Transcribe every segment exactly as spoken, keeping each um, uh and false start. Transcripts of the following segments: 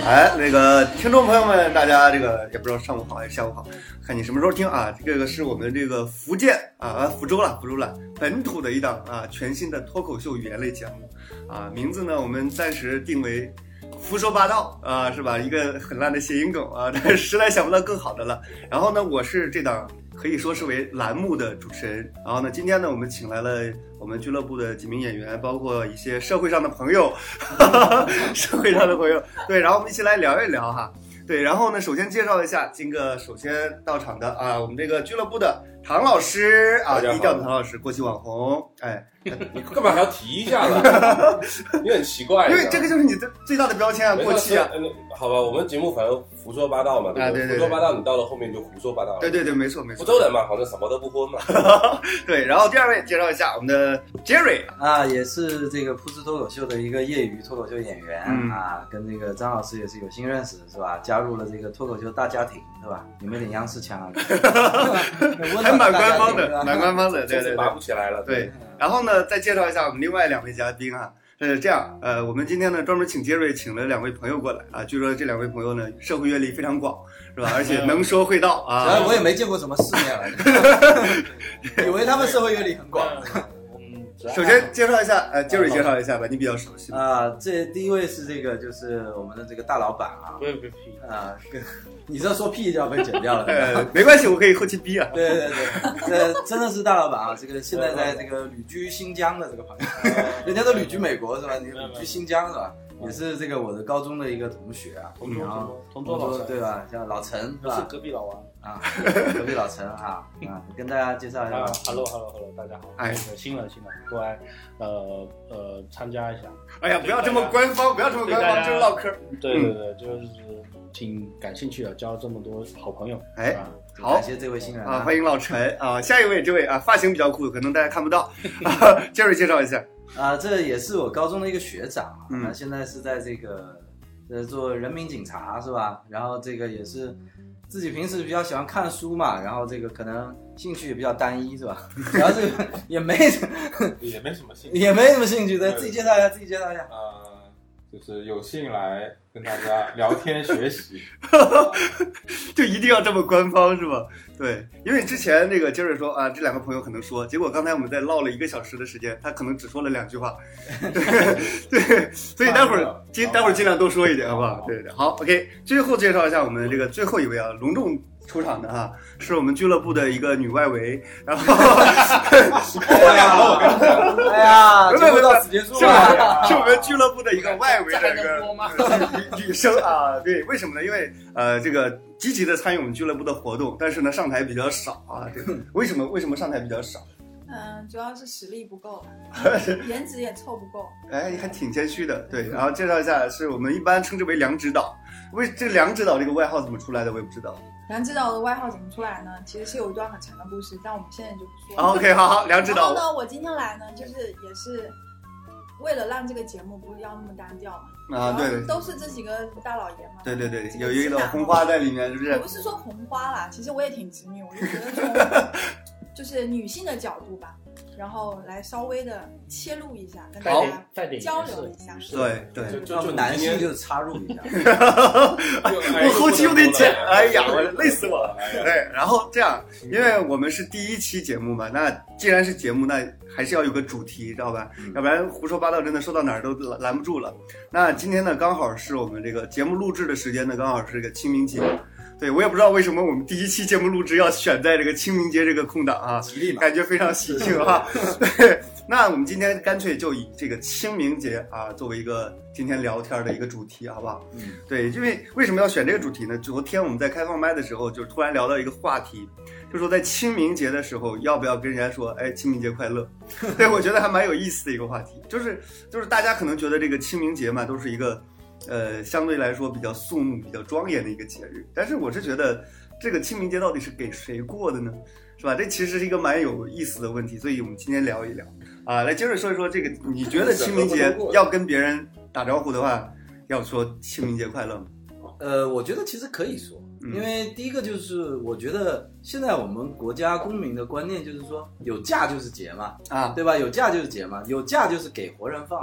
哎，那个听众朋友们，大家这个也不知道上午好还是下午好，看你什么时候听啊。这个是我们这个福建啊，福州了，福州了，本土的一档啊全新的脱口秀语言类节目啊，名字呢我们暂时定为胡说八道啊，是吧？一个很烂的谐音梗啊，但是实在想不到更好的了。然后呢，我是这档可以说是为栏目的主持人。然后呢，今天呢，我们请来了我们俱乐部的几名演员，包括一些社会上的朋友，哈哈，社会上的朋友，对，然后我们一起来聊一聊哈。对，然后呢，首先介绍一下今个首先到场的啊，我们这个俱乐部的唐老师啊，低调的唐老师，过气网红，哎。 你干嘛还要提一下呢？你很奇怪， 因为这个就是你的最大的标签啊，过气啊。 好吧，我们节目反正胡说八道嘛，对不对？胡说八道，你到了后面就胡说八道了。 对对对，没错没错。 福州人嘛，好像什么都不荤嘛。 对，然后第二位介绍一下我们的 Jerry 啊，也是这个噗嗤脱口秀的一个业余脱口秀演员、嗯、啊，跟这个张老师也是有新认识是吧？加入了这个脱口秀大家庭是吧？有没有点央视腔啊？ 还蛮官方的，蛮官方的，对对对， 拔不起来了。 对，然后呢？再介绍一下我们另外两位嘉宾啊，是这样，呃，我们今天呢专门请杰瑞请了两位朋友过来啊，据说这两位朋友呢社会阅历非常广，是吧？而且能说会道啊。 主要我也没见过什么世面了，以为他们社会阅历很广。 首先介绍一下，呃，杰瑞介绍一下吧，你比较熟悉啊。这第一位是这个，就是我们的这个大老板啊。 不不屁啊，跟你这说屁就要被剪掉了。 呃，没关系，我可以后期逼啊。 对对对，这真的是大老板啊！这个现在在这个旅居新疆的这个朋友，人家都旅居美国是吧？你旅居新疆是吧？也是这个我的高中的一个同学啊， 同桌同桌老陈对吧？叫老陈是吧？ 是隔壁老王啊，隔壁老陈啊啊，跟大家介绍一下。 Hello Hello Hello， 大家好，哎，新了新了，过来呃呃参加一下。 哎呀，不要这么官方，不要这么官方，就是唠嗑。 对对对，就是挺感兴趣的，交了这么多好朋友。 哎，好， 感谢这位新人啊，欢迎老陈啊，下一位这位啊，发型比较酷，可能大家看不到，杰瑞介绍一下。 啊，这也是我高中的一个学长啊， 嗯、 那现在是在这个呃做人民警察是吧？然后这个也是自己平时比较喜欢看书嘛，然后这个可能兴趣也比较单一是吧？然后这个也没也没什么兴趣， 也没什么兴趣，对，自己介绍一下，自己介绍一下。 呃，就是有幸来跟大家聊天学习， 就一定要这么官方是吧？对，因为之前那个杰瑞说啊，这两个朋友可能说，结果刚才我们在唠了一个小时的时间，他可能只说了两句话，对对，所以待会儿尽待会儿尽量多说一点，好不好？对对，好 ，OK， 最后介绍一下我们这个最后一位啊，隆重出场的哈，是我们俱乐部的一个女外围，然后， 哎呀，哎呀，节目到此结束了，是我们俱乐部的一个外围的一个女女生啊，对，为什么呢？因为呃，这个积极的参与我们俱乐部的活动，但是呢，上台比较少啊，对，为什么？为什么上台比较少？ 嗯，主要是实力不够，颜值也凑不够。 哎，还挺谦虚的，对。然后介绍一下，是我们一般称之为梁指导。为这个梁指导这个外号怎么出来的，我也不知道。 梁指导的外号怎么出来呢？其实是有一段很长的故事，但我们现在就不说了。 OK， 好好，梁指导。 然后呢，我今天来呢，就是也是为了让这个节目不要那么单调嘛。 啊，对对， 都是这几个大老爷嘛。 对对对，有一朵红花在里面，是不是？ 也不是说红花啦，其实我也挺直女，我就觉得从就是女性的角度吧，然后来稍微的切入一下，跟大家交流一下。 对对， 就就男性就插入一下。 我后期有点剪，哎呀，我累死我了。对，然后这样，因为我们是第一期节目嘛，那既然是节目，那还是要有个主题，知道吧？要不然胡说八道真的说到哪儿都拦不住了。那今天呢，刚好是我们这个节目录制的时间呢，刚好是这个清明节。对，我也不知道为什么我们第一期节目录制要选在这个清明节这个空档啊，感觉非常喜庆啊。对，那我们今天干脆就以这个清明节啊作为一个今天聊天的一个主题，好不好？嗯，对，因为为什么要选这个主题呢？昨天我们在开放麦的时候，就突然聊到一个话题，就说在清明节的时候要不要跟人家说，哎，清明节快乐？对，我觉得还蛮有意思的一个话题，就是就是大家可能觉得这个清明节嘛，都是一个。呃，相对来说比较肃穆、比较庄严的一个节日，但是我是觉得，这个清明节到底是给谁过的呢？是吧？这其实是一个蛮有意思的问题，所以我们今天聊一聊啊，来接着说一说这个，你觉得清明节要跟别人打招呼的话，要说清明节快乐吗？ 呃，我觉得其实可以说，因为第一个就是我觉得现在我们国家公民的观念就是说，有假就是节嘛，啊，对吧？有假就是节嘛，有假就是给活人放嘛。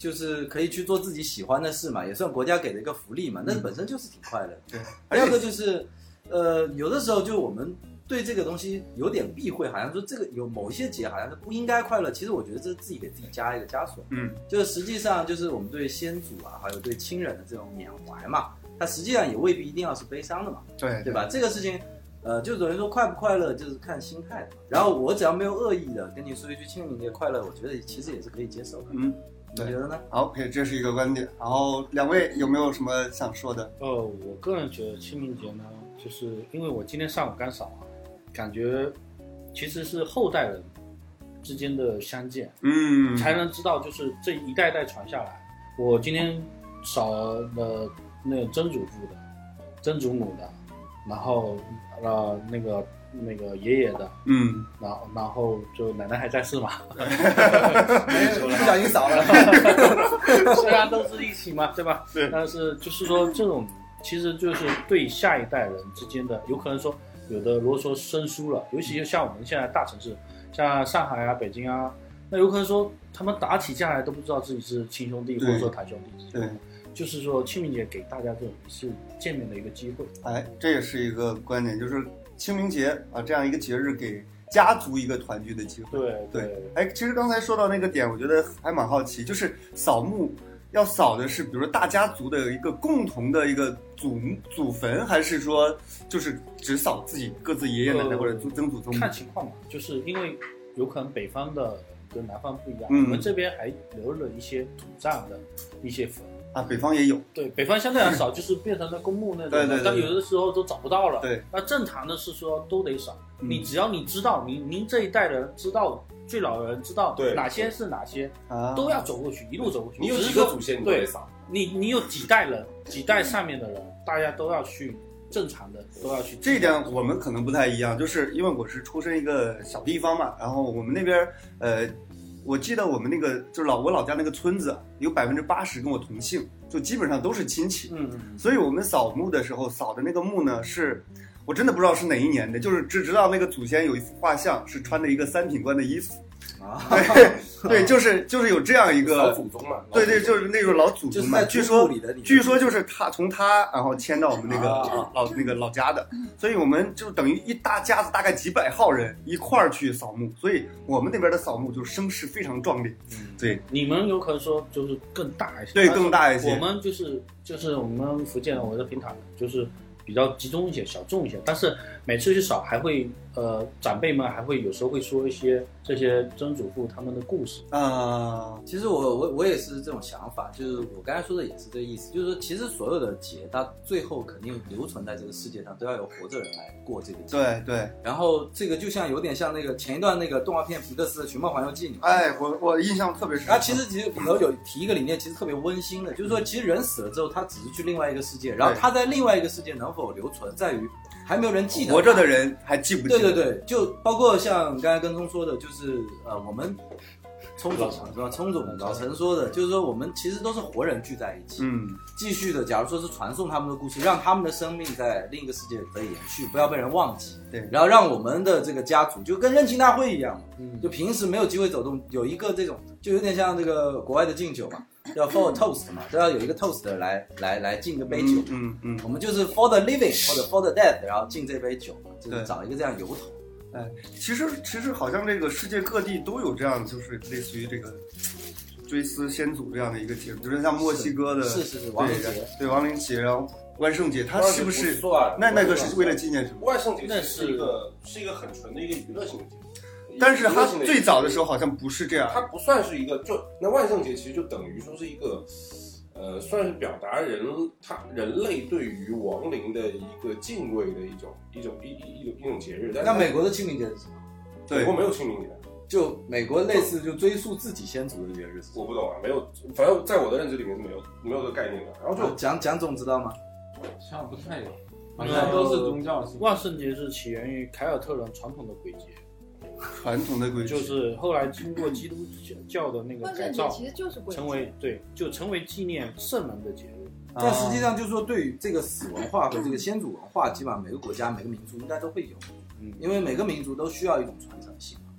就是可以去做自己喜欢的事嘛，也算国家给的一个福利嘛，那本身就是挺快乐的。 对， 第二个就是，呃，有的时候就我们对这个东西有点避讳，好像说这个有某一些节好像是不应该快乐，其实我觉得这是自己给自己加一个枷锁。 嗯， 就是实际上就是我们对先祖啊，还有对亲人的这种缅怀嘛，它实际上也未必一定要是悲伤的嘛。 对， 对吧？这个事情。呃，就等于说快不快乐就是看心态的。然后我只要没有恶意的跟你说一句清明节快乐，我觉得其实也是可以接受的。 嗯， 你觉得呢？ 好 ，OK， 这是一个观点。然后两位有没有什么想说的？ 呃，我个人觉得清明节呢，就是因为我今天上午刚扫啊，感觉其实是后代人之间的相见， 嗯， 才能知道就是这一代代传下来。我今天扫了那个曾祖父的、曾祖母的。然后，呃，那个那个爷爷的， 嗯， 然后然后就奶奶还在世嘛， 没有不小心扫了， 虽然都是一起嘛，对吧？ 对。 但是就是说这种，其实就是对下一代人之间的，有可能说有的如果说生疏了，尤其像我们现在大城市，像上海啊、北京啊，那有可能说他们打起架来都不知道自己是亲兄弟或者说堂兄弟之间。 对。 就是说清明节给大家这种一次见面的一个机会， 哎，这也是一个观点，就是清明节啊这样一个节日给家族一个团聚的机会。 对对, 对，哎，其实刚才说到那个点，我觉得还蛮好奇，就是扫墓要扫的是，比如说大家族的一个共同的一个祖祖坟，还是说就是只扫自己各自爷爷奶奶或者曾祖宗？ 看情况嘛，就是因为有可能北方的跟南方不一样， 嗯、 我们这边还留了一些土葬的一些坟。 啊，北方也有， 对，北方相对来少，就是变成了公墓那种， 对对对， 但有的时候都找不到了。 对， 那正常的是说都得扫， 嗯、 你只要你知道，您您这一代人知道，最老的人知道哪些是哪些， 啊， 都要走过去，一路走过去。 你有几个祖先你都得扫， 你你有几代人，几代上面的人，大家都要去。正常的都要去， 这一点我们可能不太一样，就是因为我是出生一个小地方嘛，然后我们那边呃。我记得我们那个就是老我老家那个村子有百分之八十跟我同姓，就基本上都是亲戚。 嗯， 所以我们扫墓的时候扫的那个墓呢，是我真的不知道是哪一年的，就是只知道那个祖先有一幅画像是穿着一个三品官的衣服。 啊， 对对，就是就是有这样一个老祖宗嘛， 对对，就是那种老祖宗嘛。据说据说就是他从他然后迁到我们那个老那个老家的，所以我们就等于一大家子大概几百号人一块儿去扫墓，所以我们那边的扫墓就声势非常壮烈。 嗯， 对， 你们有可能说就是更大一些， 对，更大一些。 我们就是就是我们福建的，我是平潭的，就是比较集中一些，小众一些，但是每次去扫还会呃长辈们还会有时候会说一些这些曾祖父他们的故事啊、呃。 其实我我我也是这种想法，就是我刚才说的也是这个意思，就是说其实所有的节它最后肯定留存在这个世界上，都要有活着人来过这个节。 对对。 然后这个就像有点像那个前一段那个动画片皮克斯的《寻梦环游记》里面， 哎，我我印象特别深。 它其实其实里头有提一个理念，其实特别温馨的，就是说其实人死了之后，他只是去另外一个世界，然后他在另外一个世界能否留存，在于还没有人记得， 活着的人还记不记得？ 对对对，就包括像刚才跟踪说的，就是呃，我们聪总是吧？聪总老陈说的，就是说我们其实都是活人聚在一起， 嗯， 继续的，假如说是传送他们的故事，让他们的生命在另一个世界得以延续，不要被人忘记。 对， 然后让我们的这个家族就跟认亲大会一样嘛， 嗯， 就平时没有机会走动，有一个这种，就有点像这个国外的敬酒嘛。要 for a toast 嘛，都要有一个 toast 来来来敬个杯酒， 嗯 嗯, 嗯， 我们就是 for the living 或者 for the dead， 然后敬这杯酒，就是找一个这样由头。 哎，其实其实好像这个世界各地都有这样，就是类似于这个追思先祖这样的一个节日，就是像墨西哥的， 是是是亡灵节， 对亡灵节，然后万圣节，它是不是？ 不算， 那那个是为了纪念什么？ 万圣节是一个是一个很纯的一个娱乐性的节日。 但是它最早的时候好像不是这样， 它不算是一个，就那万圣节其实就等于说是一个，呃，算是表达人他人类对于亡灵的一个敬畏的一种一种一一一种一种节日。 那美国的清明节是什么？ 对， 美国没有清明节， 就美国类似就追溯自己先祖的节日。 我不懂啊，没有，反正在我的认知里面是没有没有这个概念的。然后就蒋蒋总知道吗？ 好像不太有，反正都是宗教性。 万圣节是起源于凯尔特人传统的鬼节。 传统的鬼就是后来经过基督教的那个改造， 其实就是鬼成为对，就成为纪念圣人的节日。 但实际上就是说，对于这个死文化和这个先祖文化，基本上每个国家、每个民族应该都会有，嗯，因为每个民族都需要一种传承性。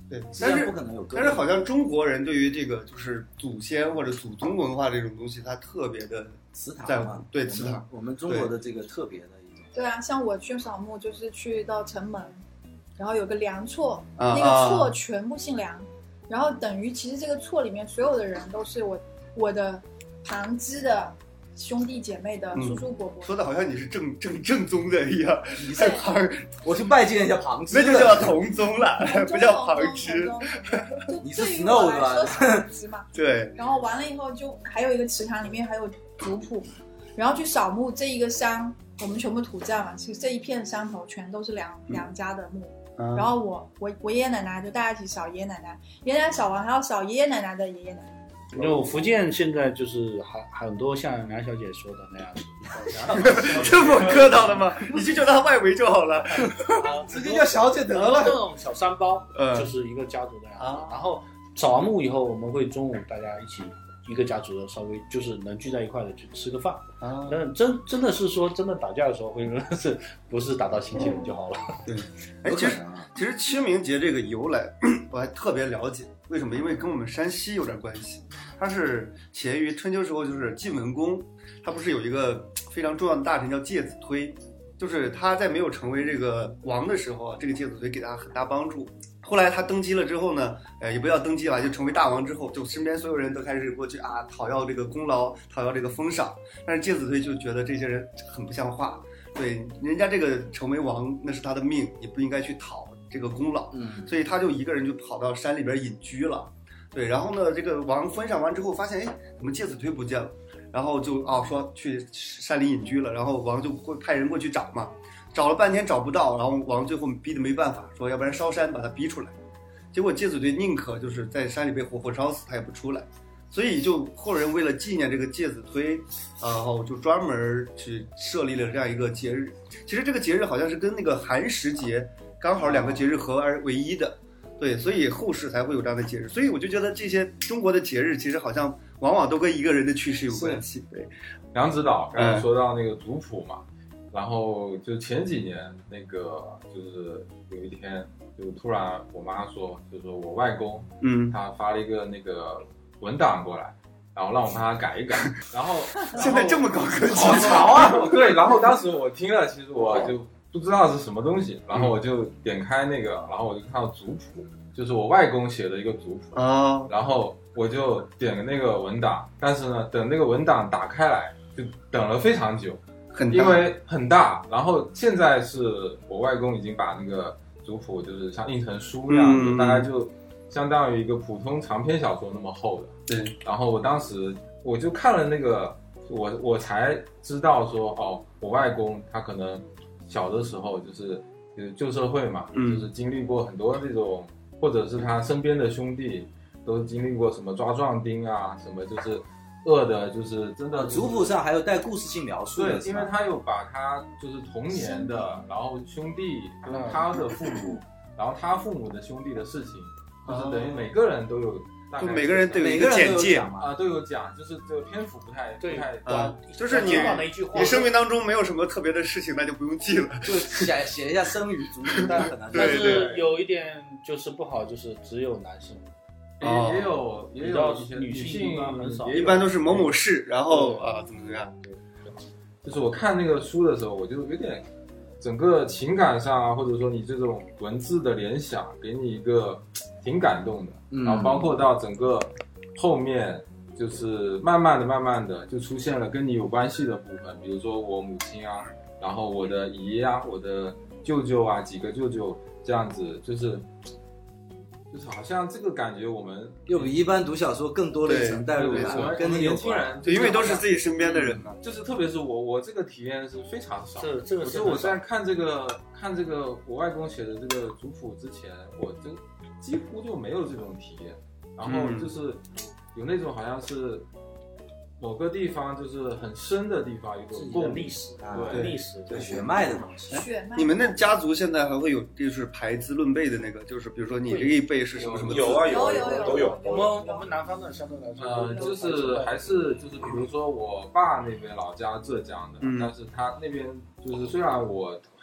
对，但是不可能有。 但是好像中国人对于这个就是祖先或者祖宗文化这种东西，他特别的祠堂在乎嘛， 对祠堂， 我们中国的这个特别的一种。 对啊，像我去扫墓就是去到城门，然后有个梁厝， 啊、 那个厝全部姓梁，然后等于其实这个厝里面所有的人都是我我的旁支的兄弟姐妹的叔叔伯伯、 嗯、说的好像你是正正正宗的一样，你是旁， 我去拜见人家旁支， 那就叫同宗了，不叫旁支。 你是 Snow 对吧？ 旁支嘛。 对。 然后完了以后，就还有一个祠堂，里面还有族谱，然后去扫墓，这一个山我们全部土葬嘛，其实这一片山头全都是梁梁家的墓。嗯、然后我我我爷爷奶奶就大家一起扫爷爷奶奶，爷爷奶奶扫完还要扫爷爷奶奶的爷爷奶奶。 就福建现在就是很很多像梁小姐说的那样子，这么客套的吗？你就叫她外围就好了， 直接叫小姐得了。 这种小山包，嗯，就是一个家族的样子。啊、然后扫完墓以后，我们会中午大家一起一个家族的稍微就是能聚在一块的去吃个饭。啊，但真真的是说真的打架的时候会是不是打到亲戚人就好了？ 对，哎，其实其实清明节这个由来我还特别了解。为什么？因为跟我们山西有点关系，它是起源于春秋时候，就是晋文公，他不是有一个非常重要的大臣叫介子推，就是他在没有成为这个王的时候，这个介子推给他很大帮助。后来他登基了之后呢，呃，也不要登基了，就成为大王之后，就身边所有人都开始过去啊讨要这个功劳，讨要这个封赏。但是介子推就觉得这些人很不像话，对，人家这个成为王那是他的命，你不应该去讨这个功劳，嗯，所以他就一个人就跑到山里边隐居了，对，然后呢，这个王封赏完之后，发现哎，怎么介子推不见了？然后就啊、哦、说去山里隐居了，然后王就会派人过去找嘛，找了半天找不到，然后王最后逼得没办法，说要不然烧山把他逼出来。结果介子推宁可就是在山里被活活烧死，他也不出来。所以就后人为了纪念这个介子推，然后就专门去设立了这样一个节日。其实这个节日好像是跟那个寒食节刚好两个节日合而为一的，对，所以后世才会有这样的节日。所以我就觉得这些中国的节日其实好像往往都跟一个人的去世有关系。对， 梁指导刚才说到那个族谱嘛，嗯、然后就前几年那个就是有一天就突然我妈说，就是我外公，嗯，他发了一个那个文档过来，然后让我帮他改一改，然后现在这么高科技， 好潮啊！对，然后当时我听了，其实我就不知道是什么东西，然后我就点开那个，然后我就看到族谱，就是我外公写的一个族谱啊，然后我就点了那个文档，但是呢，等那个文档打开来，就等了非常久， 很因为很大，然后现在是我外公已经把那个族谱就是像印成书一样，嗯、就大概就相当于一个普通长篇小说那么厚的。 对， 然后我当时我就看了那个，我我才知道说，哦，我外公他可能小的时候就是就是旧社会嘛，嗯、就是经历过很多这种，或者是他身边的兄弟都经历过什么抓壮丁啊，什么就是饿的，就是真的、就是。 族谱上还有带故事性描述的， 对，因为他有把他就是童年的，然后兄弟跟他的父母，然后他父母的兄弟的事情，就是等于每个人都有。 就每个人都有一个简介啊，都有讲，就是这个篇幅不太不太短， 就是你你生命当中没有什么特别的事情，那就不用记了， 就写写一下生与族，但很难。 但是有一点就是不好，就是只有男生， 也有也有女性很少， 一般都是某某氏，然后啊怎么怎么样。 就是我看那个书的时候，我就有点整个情感上啊，或者说你这种文字的联想，给你一个。挺感动的，然后包括到整个后面，就是慢慢的、慢慢的就出现了跟你有关系的部分，比如说我母亲啊，然后我的姨啊，我的舅舅啊，几个舅舅这样子，就是就是好像这个感觉我们又比一般读小说更多的一层代入感，跟年轻人， 对，因为都是自己身边的人嘛， 就是特别是我，我这个体验是非常少。 是这个， 是我在看这个看这个我外公写的这个族谱之前，我就。几乎就没有这种体验，然后就是有那种好像是某个地方就是很深的地方，有种历史啊， 对历史对血脉的东西。 血脉。 你们的家族现在还会有就是排资论辈的那个，就是比如说你这一辈是什么什么？ 有啊有有都有。 我们我们南方的相对来说， 呃，就是还是就是比如说我爸那边老家浙江的，嗯、但是他那边就是虽然我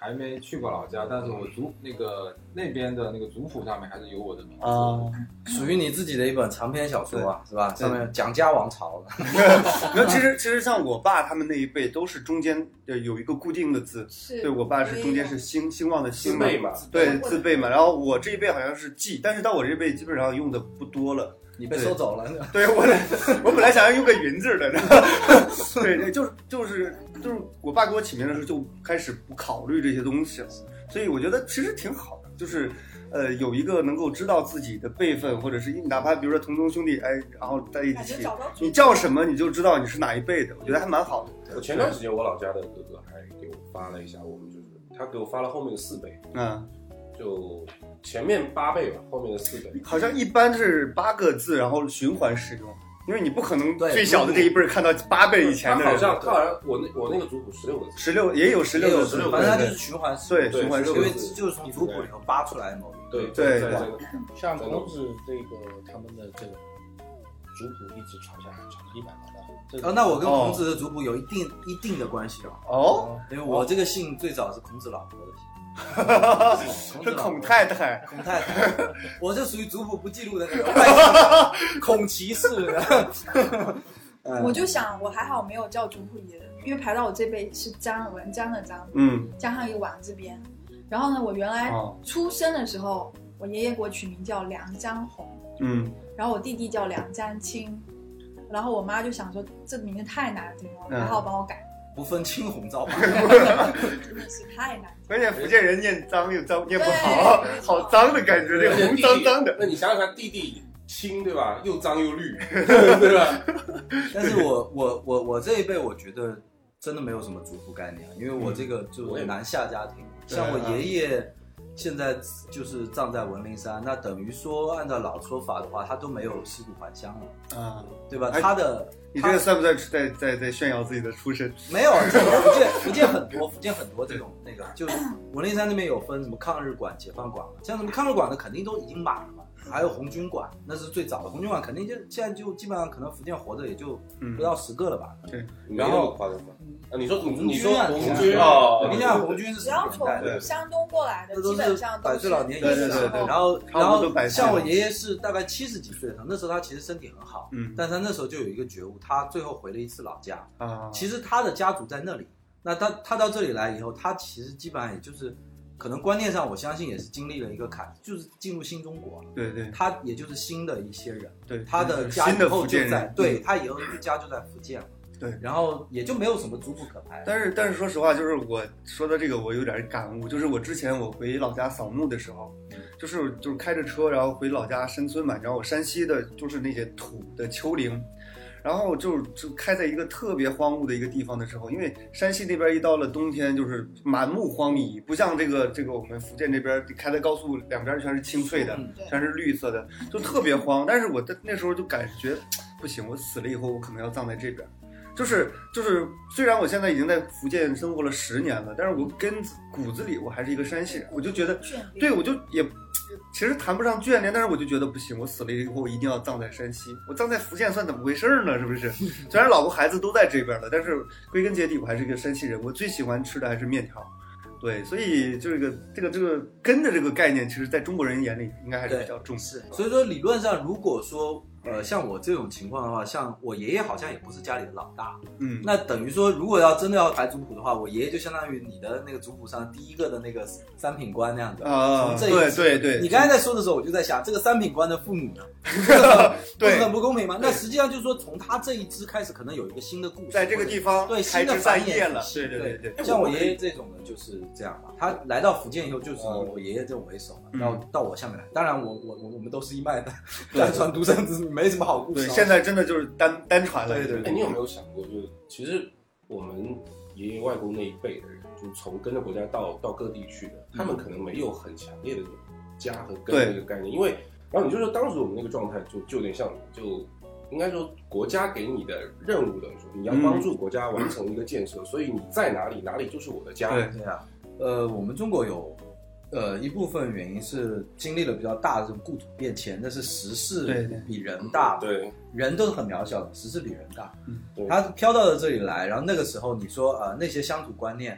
还没去过老家，但是我族那个那边的那个族谱上面还是有我的名字啊，属于你自己的一本长篇小说啊，是吧？上面蒋家王朝。 然后其实其实像我爸他们那一辈都是中间有一个固定的字，对我爸是中间是兴兴旺的兴嘛， 对字辈嘛。然后我这一辈好像是季，但是到我这一辈基本上用的不多了。 你被收走了， 对我，我本来想要用个云字的，对对，就是就是就是我爸给我起名的时候就开始不考虑这些东西了，所以我觉得其实挺好的，就是呃有一个能够知道自己的辈分，或者是哪怕比如说同宗兄弟，哎，然后在一起，你叫什么你就知道你是哪一辈的，我觉得还蛮好的。 我前段时间我老家的哥哥还给我发了一下，我们就是他给我发了后面的四辈，嗯，就。前面八倍吧，后面的四倍， 好像一般是八个字，然后循环使用，因为你不可能最小的这一辈看到八倍以前的人。 好像他好像我那我那个族谱十六个字， 十六也有十六个字， 反正它就是循环， 对循环， 因为就是从族谱里头扒出来的某一个。 对对， 像孔子这个他们的这个族谱一直传下来，传了一百多代。 哦，那我跟孔子的族谱有一定一定的关系哦， 因为我这个姓最早是孔子老婆的姓。 是孔太太， 孔太太，我这属于族谱不记录的那个外姓，孔骑士。 我就想，我还好没有叫族谱里的人，因为排到我这辈是张，文章的张， 嗯， 加上一个王字边。然后呢，我原来出生的时候，我爷爷给我取名叫梁江红， 嗯， 然后我弟弟叫梁江青，然后我妈就想说这名字太难听了，然后帮我改。 不分青红皂白， 真的是太难听。 关键福建人念脏又脏，念不好，好脏的感觉，这个红脏脏的。 那你想想，弟弟青对吧？又脏又绿，对吧？ 但是我我我我这一辈，我觉得真的没有什么族谱概念，因为我这个就是南下家庭，像我爷爷现在就是葬在文林山，那等于说按照老说法的话，他都没有尸骨还乡了啊，对吧？他的。 你这个算不算在在在炫耀自己的出身？ 没有，福建福建很多，福建很多这种那个，就是文林山那边有分什么抗日馆、解放馆嘛，像什么抗日馆的肯定都已经满了嘛，还有红军馆，那是最早的，红军馆肯定就现在就基本上可能福建活的也就不到十个了吧。 对， 然后夸张吗？啊，你说红军，你说红军哦， 你想红军是只要从山东过来的，基本上百岁老年以上。 对对对， 然后然后像我爷爷是大概七十几岁的，那时候他其实身体很好，嗯，但是他那时候就有一个觉悟，他最后回了一次老家啊，其实他的家族在那里，那他他到这里来以后，他其实基本上也就是可能观念上，我相信也是经历了一个坎，就是进入新中国， 对对， 他也就是新的一些人， 对， 他的家以后就在，对他以后家就在福建了。 对， 然后也就没有什么族谱可排。 但是但是说实话，就是我说的这个，我有点感悟。就是我之前我回老家扫墓的时候，就是就是开着车，然后回老家深村嘛，然后我山西的就是那些土的丘陵，然后就就开在一个特别荒芜的一个地方的时候，因为山西那边一到了冬天就是满目荒糜，不像这个这个我们福建这边开在高速两边全是青翠的，全是绿色的，就特别荒。但是我那时候就感觉不行，我死了以后我可能要葬在这边。就是就是，虽然我现在已经在福建生活了十年了，但是我根子骨子里我还是一个山西人，我就觉得，对我就也其实谈不上眷恋，但是我就觉得不行，我死了以后我一定要葬在山西，我葬在福建算怎么回事呢？是不是？虽然老婆孩子都在这边了，但是归根结底我还是一个山西人，我最喜欢吃的还是面条。对，所以这个这个这个根的这个概念，其实在中国人眼里应该还是比较重视。 所以说理论上，如果说呃像我这种情况的话，像我爷爷好像也不是家里的老大，嗯，那等于说如果要真的要排族谱的话，我爷爷就相当于你的那个族谱上第一个的那个三品官那样子啊。 从这一对对对， 你刚才在说的时候，我就在想，这个三品官的父母呢，不是很不公平吗？那实际上就是说，从他这一支开始，可能有一个新的故事， 在这个地方对新的繁衍了。 对对对对， 像我爷爷这种的就是这样嘛，他来到福建以后就是以我爷爷这种为首嘛，然后到我下面来。当然我我我我们都是一脉的单传独生子，没什么好故事。 对，现在真的就是单单传了。 对对对。 哎，你有没有想过，就是其实我们爷爷外公那一辈的人，就从跟着国家到到各地去的，他们可能没有很强烈的这种家和根的这个概念，因为然后你就说当时我们那个状态就就有点像，就应该说国家给你的任务的时候，你要帮助国家完成一个建设，嗯、所以你在哪里哪里就是我的家。 对对啊，呃，我们中国有。呃，一部分原因是经历了比较大的这种故土变迁，那是时势比人大， 对， 人都是很渺小的，时势比人大。嗯，他飘到了这里来，然后那个时候你说呃那些乡土观念，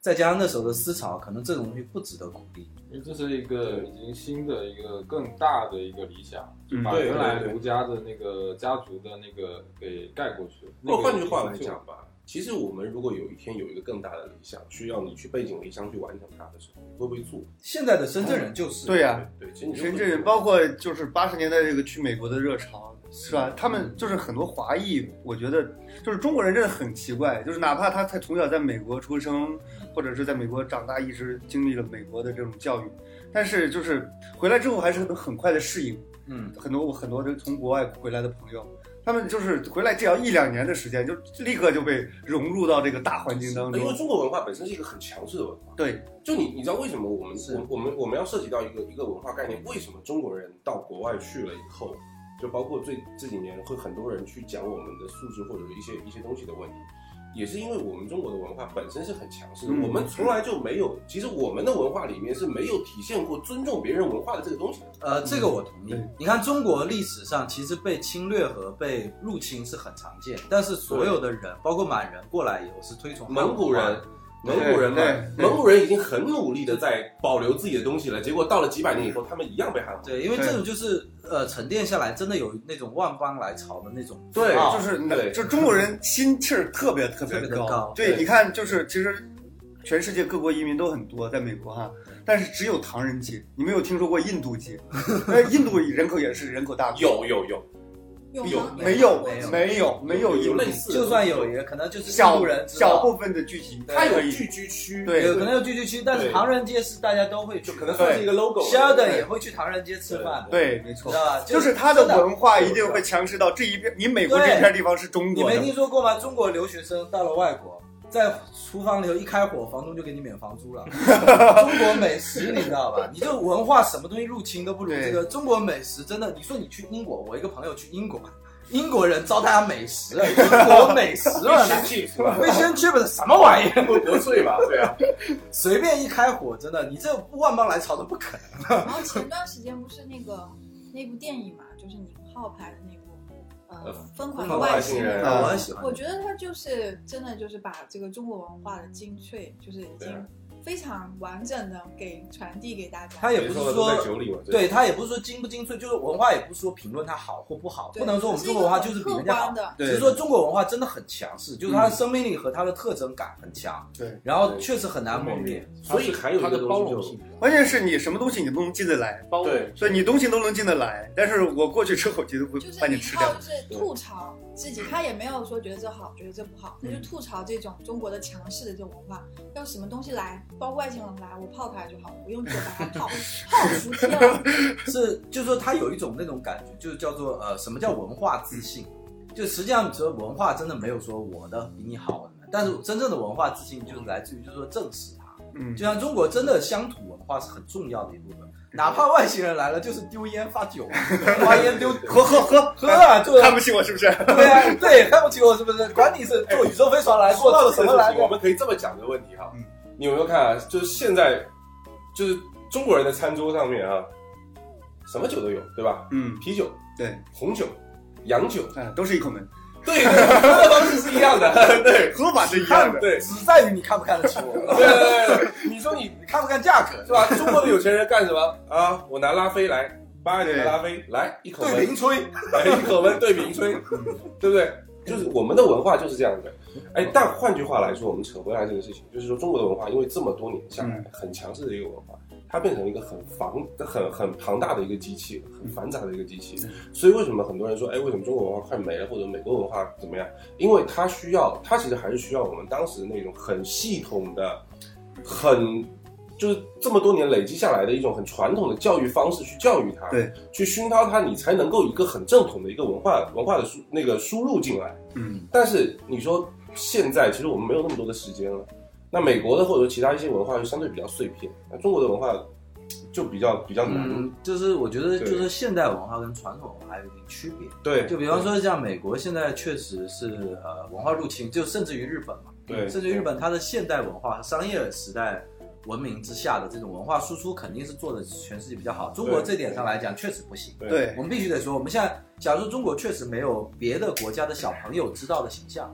再加上那时候的思潮，可能这种东西不值得鼓励。 因为这是一个已经新的一个更大的一个理想，就把原来儒家的那个家族的那个给盖过去了。 那换句话来讲吧，其实我们如果有一天有一个更大的理想，需要你去背井离乡去完成它的时候，会不会做？ 现在的深圳人就是、 嗯、对呀、啊， 对，其实深圳人包括就是八十年代这个去美国的热潮，是吧？他们就是很多华裔，我觉得就是中国人真的很奇怪，就是哪怕他他从小在美国出生，或者是在美国长大，一直经历了美国的这种教育，但是就是回来之后还是能很快的适应。嗯，很多很多的从国外回来的朋友。他们就是回来只要一两年的时间，就立刻就被融入到这个大环境当中。 因为中国文化本身是一个很强势的文化。 对， 就你你知道为什么我们我们我们要涉及到一个一个文化概念？为什么中国人到国外去了以后，就包括最这几年会很多人去讲我们的素质或者一些一些东西的问题，也是因为我们中国的文化本身是很强势的，嗯、我们从来就没有，其实我们的文化里面是没有体现过尊重别人文化的这个东西的。 呃，这个我同意。嗯、你看中国历史上其实被侵略和被入侵是很常见，但是所有的人，包括满人过来以后是推崇蒙古人。蒙古人嘛，蒙古人已经很努力的在保留自己的东西了，结果到了几百年以后，他们一样被汉化。 对，因为这种就是呃沉淀下来，真的有那种万邦来朝的那种。 对，就是对，就中国人心气儿特别特别高。 高对，你看，就是其实全世界各国移民都很多，在美国哈，但是只有唐人街，你没有听说过印度街？那印度人口也是人口大国。 有有有。 有有没有没有没有有类似， 就算有也可能就是小印度人小部分的聚集， 它有聚居区， 对， 有可能有聚居区，但是唐人街是大家都会去， 可能算是一个 logo。 Sheldon 也会去唐人街吃饭， 对，没错， 知道吧？ 就是他的文化一定会强势到这一边，你美国这片地方是中国， 你没听说过吗？中国留学生到了外国。在厨房里头一开火，房东就给你免房租了。中国美食你知道吧？你这文化什么东西入侵都不如这个中国美食，真的。你说你去英国，我一个朋友去英国，英国人糟蹋他美食了，英国美食了呢？Fish and chips 什么玩意儿？ 不得罪吧？对啊， 随便一开火，真的，你这万邦来朝都不可能。 然后前段时间不是那个那部电影嘛，就是宁浩拍的那部。呃，疯狂的外星人， 我很喜欢。 我觉得他就是真的就是把这个中国文化的精粹，就是已经非常完整的给传递给大家。 他也不是说，对他也不是说精不精粹，就是文化也不是说评论它好或不好，不能说我们中国文化就是比人家好，只是说中国文化真的很强势，就是它的生命力和它的特征感很强。 对， 然后确实很难磨灭， 所以还有一个包容性。 关键是你什么东西你都能进得来， 包对， 所以你东西都能进得来，但是我过去之后绝对会把你吃掉。 就是吐槽自己，他也没有说觉得这好，觉得这不好，他就吐槽这种中国的强势的这种文化，用什么东西来包外星人来，我泡它就好了，我用嘴把它泡泡服帖了。 是，就是说他有一种那种感觉，就是叫做呃，什么叫文化自信？就实际上你说文化真的没有说我的比你好，但是真正的文化自信就是来自于就是说正视它。嗯，就像中国真的乡土文化是很重要的一部分，哪怕外星人来了，就是丢烟发酒，发烟丢喝喝喝喝啊，就看不起我是不是？ 对啊，对，看不起我是不是？管你是坐宇宙飞船来，坐坐什么来， 我们可以这么讲的问题哈。嗯，你有没有看啊？就是现在，就是中国人的餐桌上面啊，什么酒都有，对吧？嗯，啤酒， 对， 红酒，洋酒， 啊，都是一口闷。 对，喝的方式是一样的，对， 喝法是一样的， 对， 只在于你看不看得起我。 对对对，你说你你看不看价格， 是吧？中国的有钱人干什么啊？我拿拉菲来，八二年的拉菲来一口闷， 对瓶吹， 来一口闷对瓶吹，对不对？就是我们的文化就是这样的。哎，但换句话来说，我们扯回来这个事情，就是说中国的文化因为这么多年下来很强势的一个文化。它变成一个很庞、很很庞大的一个机器，很繁杂的一个机器。所以为什么很多人说，哎，为什么中国文化快没了，或者美国文化怎么样？因为它需要，它其实还是需要我们当时那种很系统的、很就是这么多年累积下来的一种很传统的教育方式去教育它， 对， 去熏陶它，你才能够一个很正统的一个文化文化的输那个输入进来。嗯，但是你说现在其实我们没有那么多的时间了。那美国的或者说其他一些文化就相对比较碎片，那中国的文化就比较比较难。 嗯，就是我觉得就是现代文化跟传统文化有点区别。 对， 就比方说像美国现在确实是呃文化入侵，就甚至于日本嘛， 对， 甚至于日本它的现代文化和商业时代文明之下的这种文化输出肯定是做的全世界比较好。中国这点上来讲确实不行。 对， 我们必须得说，我们现在假如说中国确实没有别的国家的小朋友知道的形象。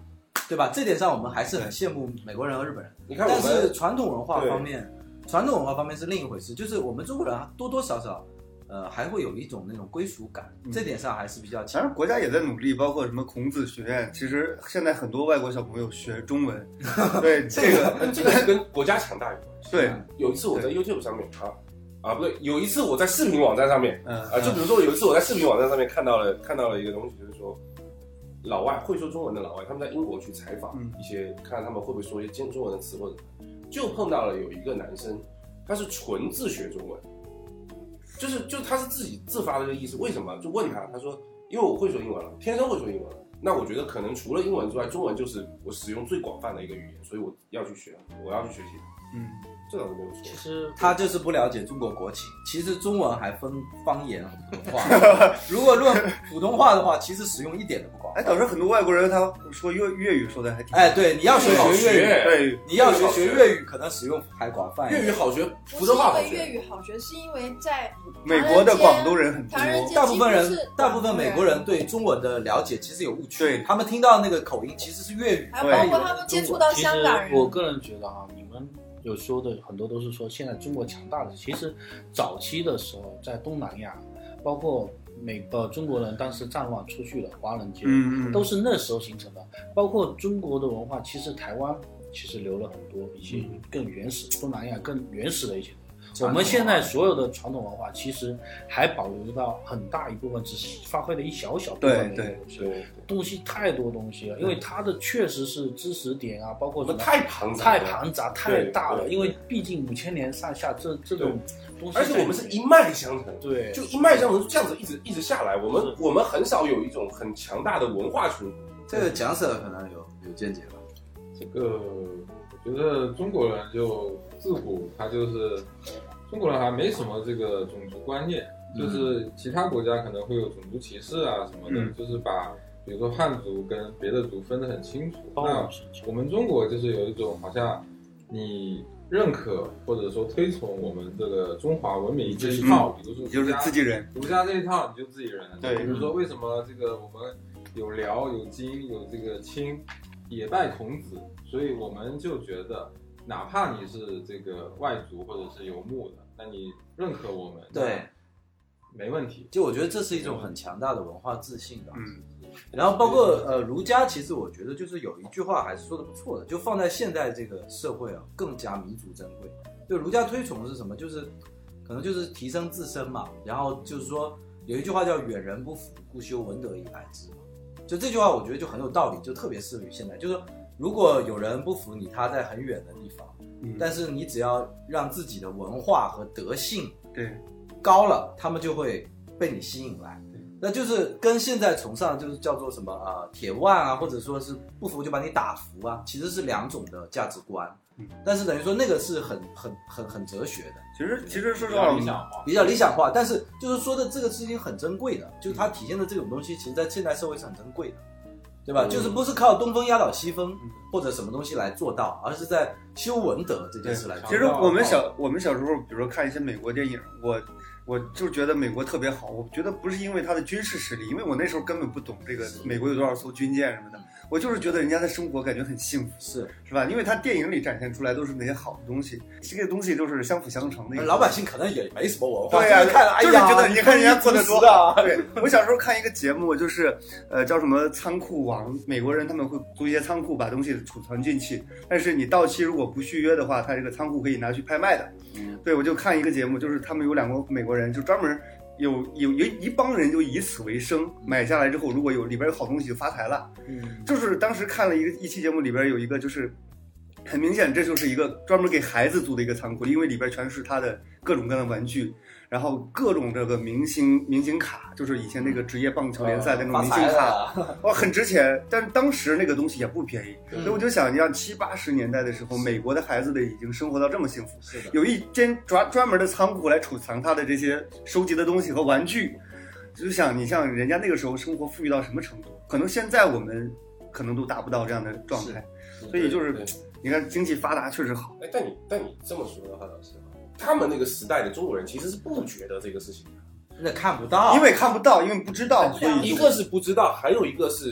对吧？这点上我们还是很羡慕美国人和日本人。 你看， 但是传统文化方面，传统文化方面是另一回事，就是我们中国人多多少少。呃，还会有一种那种归属感，嗯、这点上还是比较强。 当然，国家也在努力，包括什么孔子学院，其实现在很多外国小朋友学中文。对，这个这个是跟国家强大有关系。 对， 有一次我在 YouTube 上面啊啊不对，有一次我在视频网站上面，嗯啊，就比如说有一次我在视频网站上面看到了看到了一个东西，就是说老外会说中文的老外，他们在英国去采访一些，嗯、看他们会不会说一些中文的词或者，就碰到了有一个男生，他是纯自学中文。就是就他是自己自发的这个意思，为什么？就问他，他说，因为我会说英文了，天生会说英文了。那我觉得可能除了英文之外，中文就是我使用最广泛的一个语言，所以我要去学，我要去学习。嗯，这倒是没有错。 其实他就是不了解中国国情。其实中文还分方言和普通话。如果论普通话的话，其时使用一点都不广泛。 哎，导致很多外国人他说粤粤语说的还挺。 哎，对，你要学学粤语， 对， 你要学学粤语，可能使用还广泛。 粤语好学，普通话好学。 粤语好学是因为在美国的广东人很多， 大部分人大部分美国人对中文的了解其实有误区，对他们听到那个口音其实是粤语， 还有包括他们接触到香港人。 我个人觉得哈，你们有说的很多都是说现在中国强大的，其实早期的时候在东南亚，包括美呃中国人当时战乱出去了，华人街，嗯嗯，都是那时候形成的。包括中国的文化，其实台湾其实留了很多一些更原始，东南亚更原始的一些。我们现在所有的传统文化其实还保留到很大一部分，只是发挥了一小小部分的东西。对对，东西太多东西了，因为它的确实是知识点啊，包括什么太庞杂、 太庞杂、太大了。因为毕竟五千年上下这这种东西， 而且我们是一脉相承， 对， 就一脉相承，这样子一直一直下来。我们我们很少有一种很强大的文化冲突。 这个讲者可能有有见解吧？ 这个我觉得中国人就自古他就是。中国人还没什么这个种族观念，就是其他国家可能会有种族歧视啊什么的，嗯、就是把比如说汉族跟别的族分得很清楚。哦、那我们中国就是有一种好像你认可或者说推崇我们这个中华文明这一套，嗯、比如说就是自己人， 儒家这一套你就自己人。 对， 比如说为什么这个我们有辽有金有这个清也拜孔子，所以我们就觉得。哪怕你是这个外族或者是游牧的，那你认可我们， 对， 没问题。 就我觉得这是一种很强大的文化自信的。嗯，然后包括呃儒家，其实我觉得就是有一句话还是说的不错的，就放在现在这个社会啊，更加弥足珍贵。就儒家推崇的是什么？就是可能就是提升自身嘛。然后就是说有一句话叫远人不服，故修文德以来之。就这句话，我觉得就很有道理，就特别适于现在，就是说。如果有人不服你，他在很远的地方，嗯、但是你只要让自己的文化和德性对高了，他们就会被你吸引来。那就是跟现在崇尚就是叫做什么啊、呃、铁腕啊，或者说是不服就把你打服啊，其实是两种的价值观。嗯、但是等于说那个是很很很很哲学的。 其实其实说实话， 比较理想化， 比较理想化，但是就是说的这个事情很珍贵的，就是它体现的这种东西，其实在现代社会是很珍贵的。对吧？就是不是靠东风压倒西风或者什么东西来做到，而是在修文德这件事来做到。 其实我们小我们小时候，比如说看一些美国电影，我我就觉得美国特别好。我觉得不是因为它的军事实力，因为我那时候根本不懂这个美国有多少艘军舰什么的。我就是觉得人家的生活感觉很幸福， 是是吧？因为他电影里展现出来都是那些好的东西，这个东西都是相辅相成的。 老百姓可能也没什么文化， 对呀、啊， 看就是觉得你看人家过得多好。对，我小时候看一个节目，就是呃叫什么仓库王，美国人他们会租一些仓库把东西储存进去，但是你到期如果不续约的话，他这个仓库可以拿去拍卖的。嗯、对，我就看一个节目，就是他们有两个美国人就专门。有有有一帮人就以此为生，买下来之后，如果有里边有好东西就发财了。嗯，就是当时看了一个一期节目，里边有一个就是很明显，这就是一个专门给孩子租的一个仓库，因为里边全是他的各种各样的玩具，然后各种这个明星明星卡，就是以前那个职业棒球联赛的那种明星卡，哇，很值钱。但是当时那个东西也不便宜，嗯、所以我就想，你像七八十年代的时候，美国的孩子的已经生活到这么幸福， 是的， 有一间专专门的仓库来储藏他的这些收集的东西和玩具。就想你像人家那个时候生活富裕到什么程度，可能现在我们可能都达不到这样的状态，所以就是你看经济发达确实好。 哎，但你但你这么说的话，老师，他们那个时代的中国人其实是不觉得这个事情的， 那看不到， 因为看不到，因为不知道，所以一个是不知道，还有一个是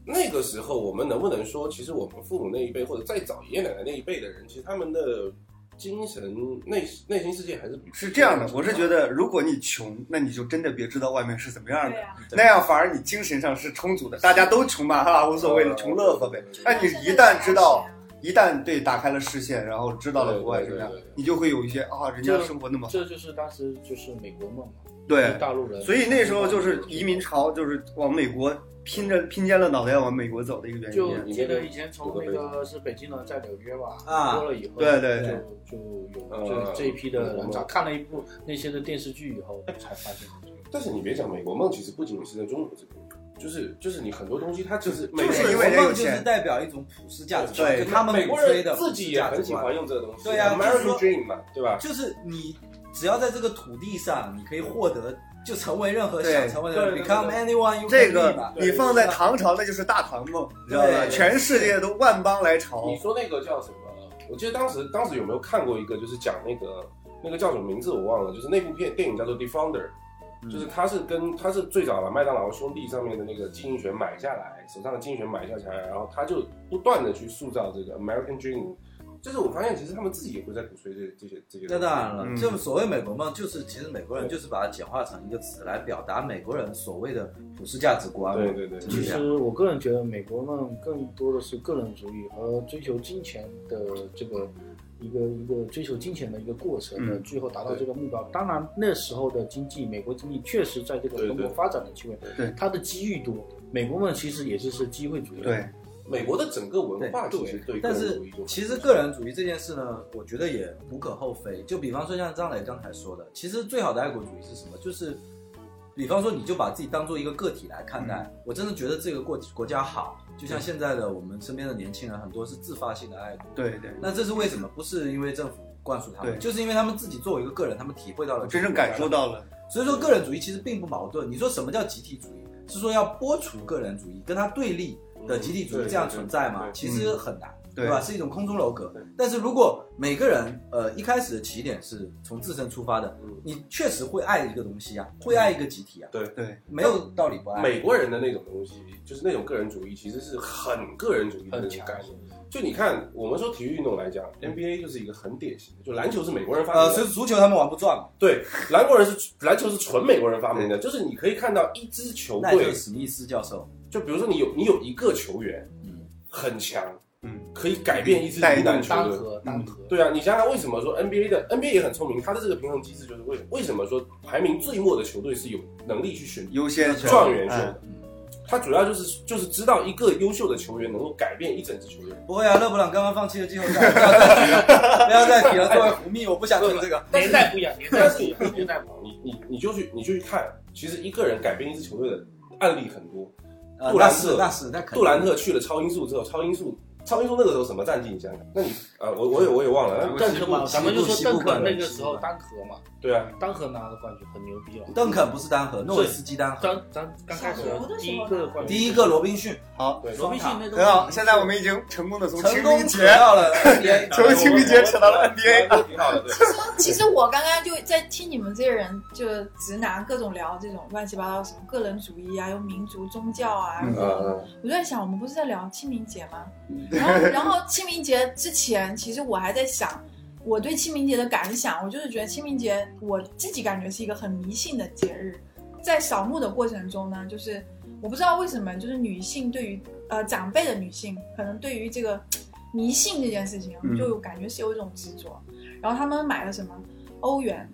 那个时候我们能不能说，其实我们父母那一辈或者再早爷爷奶奶那一辈的人，其实他们的精神内内心世界还是是这样的。我是觉得，如果你穷，那你就真的别知道外面是怎么样的， 啊、 那样反而你精神上是充足的。大家都穷嘛，哈，无所谓的，穷乐呵呗。那你一旦知道。一旦对打开了视线，然后知道了国外怎么样，你就会有一些啊，人家生活那么好。 这就是当时就是美国梦嘛， 对大陆人。 所以那时候就是移民潮，就是往美国拼着拼尖了脑袋要往美国走的一个原因。 就记得以前从那个是北京人在纽约吧， 啊， 多了以后， 对对对， 就就有这这一批的人，他看了一部那些的电视剧以后，才发现。 但是你别讲美国梦，其实不仅仅是在中国这边。就是就是你很多东西，它就是就是因为人有钱，就是代表一种普世价值观， 对， 他们美国人自己也很喜欢用这个东西， 对呀 ，American Dream 嘛，对吧？ 就是你只要在这个土地上，你可以获得，就成为任何想成为的人 ，become anyone you can be 这个你放在唐朝，那就是大唐梦，知道吧？全世界都万邦来朝。 你说那个叫什么？我记得当时当时有没有看过一个，就是讲那个那个叫什么名字我忘了，就是那部片电影叫做《Defounder》。就是他是跟他是最早把麦当劳兄弟上面的那个经营权买下来，手上的经营权买下来，然后他就不断的去塑造这个 American Dream。就是我发现其实他们自己也会在鼓吹这这些这些。 那当然了，就所谓美国梦，就是其实美国人就是把它简化成一个词来表达美国人所谓的普世价值观。 对对对。 其实我个人觉得美国梦更多的是个人主义和追求金钱的这个。一个一个追求金钱的一个过程的，最后达到这个目标。当然，那时候的经济，美国经济确实在这个蓬勃发展的机会， 对它的机遇多。美国梦其实也是是机会主义。 对， 美国的整个文化其实对， 但是其实个人主义这件事呢，我觉得也无可厚非。就比方说像张磊刚才说的，其实最好的爱国主义是什么？就是。比方说，你就把自己当做一个个体来看待。嗯、我真的觉得这个国国家好，就像现在的我们身边的年轻人，很多是自发性的爱国。 对对。 那这是为什么？不是因为政府灌输他们，就是因为他们自己作为一个个人，他们体会到了， 真正感受到了。 所以说，个人主义其实并不矛盾。你说什么叫集体主义？是说要剥除个人主义，跟它对立的集体主义这样存在吗？其实很难。对吧？是一种空中楼阁。但是如果每个人呃一开始的起点是从自身出发的，你确实会爱一个东西啊，会爱一个集体啊。 对对， 没有道理不爱。 美国人的那种东西，就是那种个人主义，其实是很个人主义的那种概念。就你看，我们说体育运动来讲 ，N B A 就是一个很典型的，就篮球是美国人发明的， 呃，所以足球他们玩不转嘛。 对，篮国人是篮球是纯美国人发明的，就是你可以看到一支球队， 奈特史密斯教授， 就比如说你有你有一个球员，嗯，很强。 嗯， 可以改变一支男篮球队。 单核， 对啊，你想想为什么说 N B A 的 N B A 也很聪明，它的这个平衡机制就是为为什么说排名最末的球队是有能力去选优先状元秀的？他主要就是就是知道一个优秀的球员能够改变一整支球队。 不会啊，勒布朗刚刚放弃了季后赛，不要再提了，不要再提了。作为湖迷，我不想听这个。 年代不一样，年代不一样，年代不一样。你你你就去你就去看，其实一个人改变一支球队的案例很多。 呃、 杜兰特那是那是杜兰特去了超音速之后，超音速。超音速那个时候什么战绩？你想想，那你啊、呃，我我也我也忘了。 邓肯嘛，咱们就说邓肯那个时候单核嘛， 对啊， 单核拿的冠军很牛逼了。 邓肯不是单核，诺维斯基单核。 咱咱刚开始第一个冠军， 第一个罗宾逊。 好， 罗宾逊那个很好。现在我们已经成功的从成功扯到了 N B A， 从清明节扯到了 N B A， 挺好的。 其实其实我刚刚就在听你们这些人就直男各种聊这种乱七八糟什么个人主义啊，有民族宗教啊， 嗯嗯、 我就在想，我们不是在聊清明节吗？然后然后。清明节之前，其实我还在想我对清明节的感想。我就是觉得清明节我自己感觉是一个很迷信的节日。在扫墓的过程中呢，就是我不知道为什么，就是女性对于呃长辈的女性，可能对于这个迷信这件事情，就有感觉是有一种执着。然后他们买了什么欧元。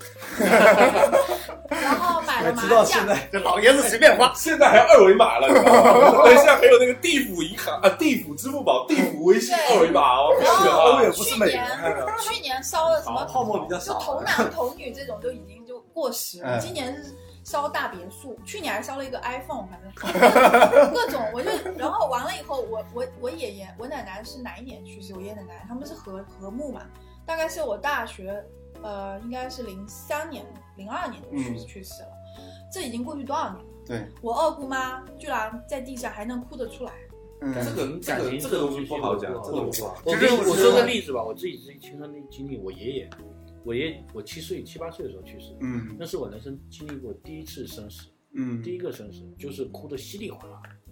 然后买了麻将， 这老爷子随便花， 现在还二维码了，对，现在还有那个地府银行啊，地府支付宝、地府微信二维码哦。 然后欧元不是美元， 去年烧了什么泡沫比较少， 就童男童女这种都已经就过时了。今年是烧大别墅，去年还烧了一个 iPhone， 反正各种，我就然后完了以后，我我我爷爷我奶奶是哪一年去世？我爷爷奶奶他们是和和睦嘛，大概是我大学。呃，应该是零三年、零二年去、嗯、去世了，这已经过去多少年了？ 对， 我二姑妈居然在地上还能哭得出来。 嗯，这个这个这个东西不好讲，这个不好。 我给我说个例子吧，我自己自己亲身经历，我爷爷，我爷爷我七岁七八岁的时候去世， 嗯， 那是我人生经历过第一次生死， 嗯， 第一个生死就是哭得稀里哗啦。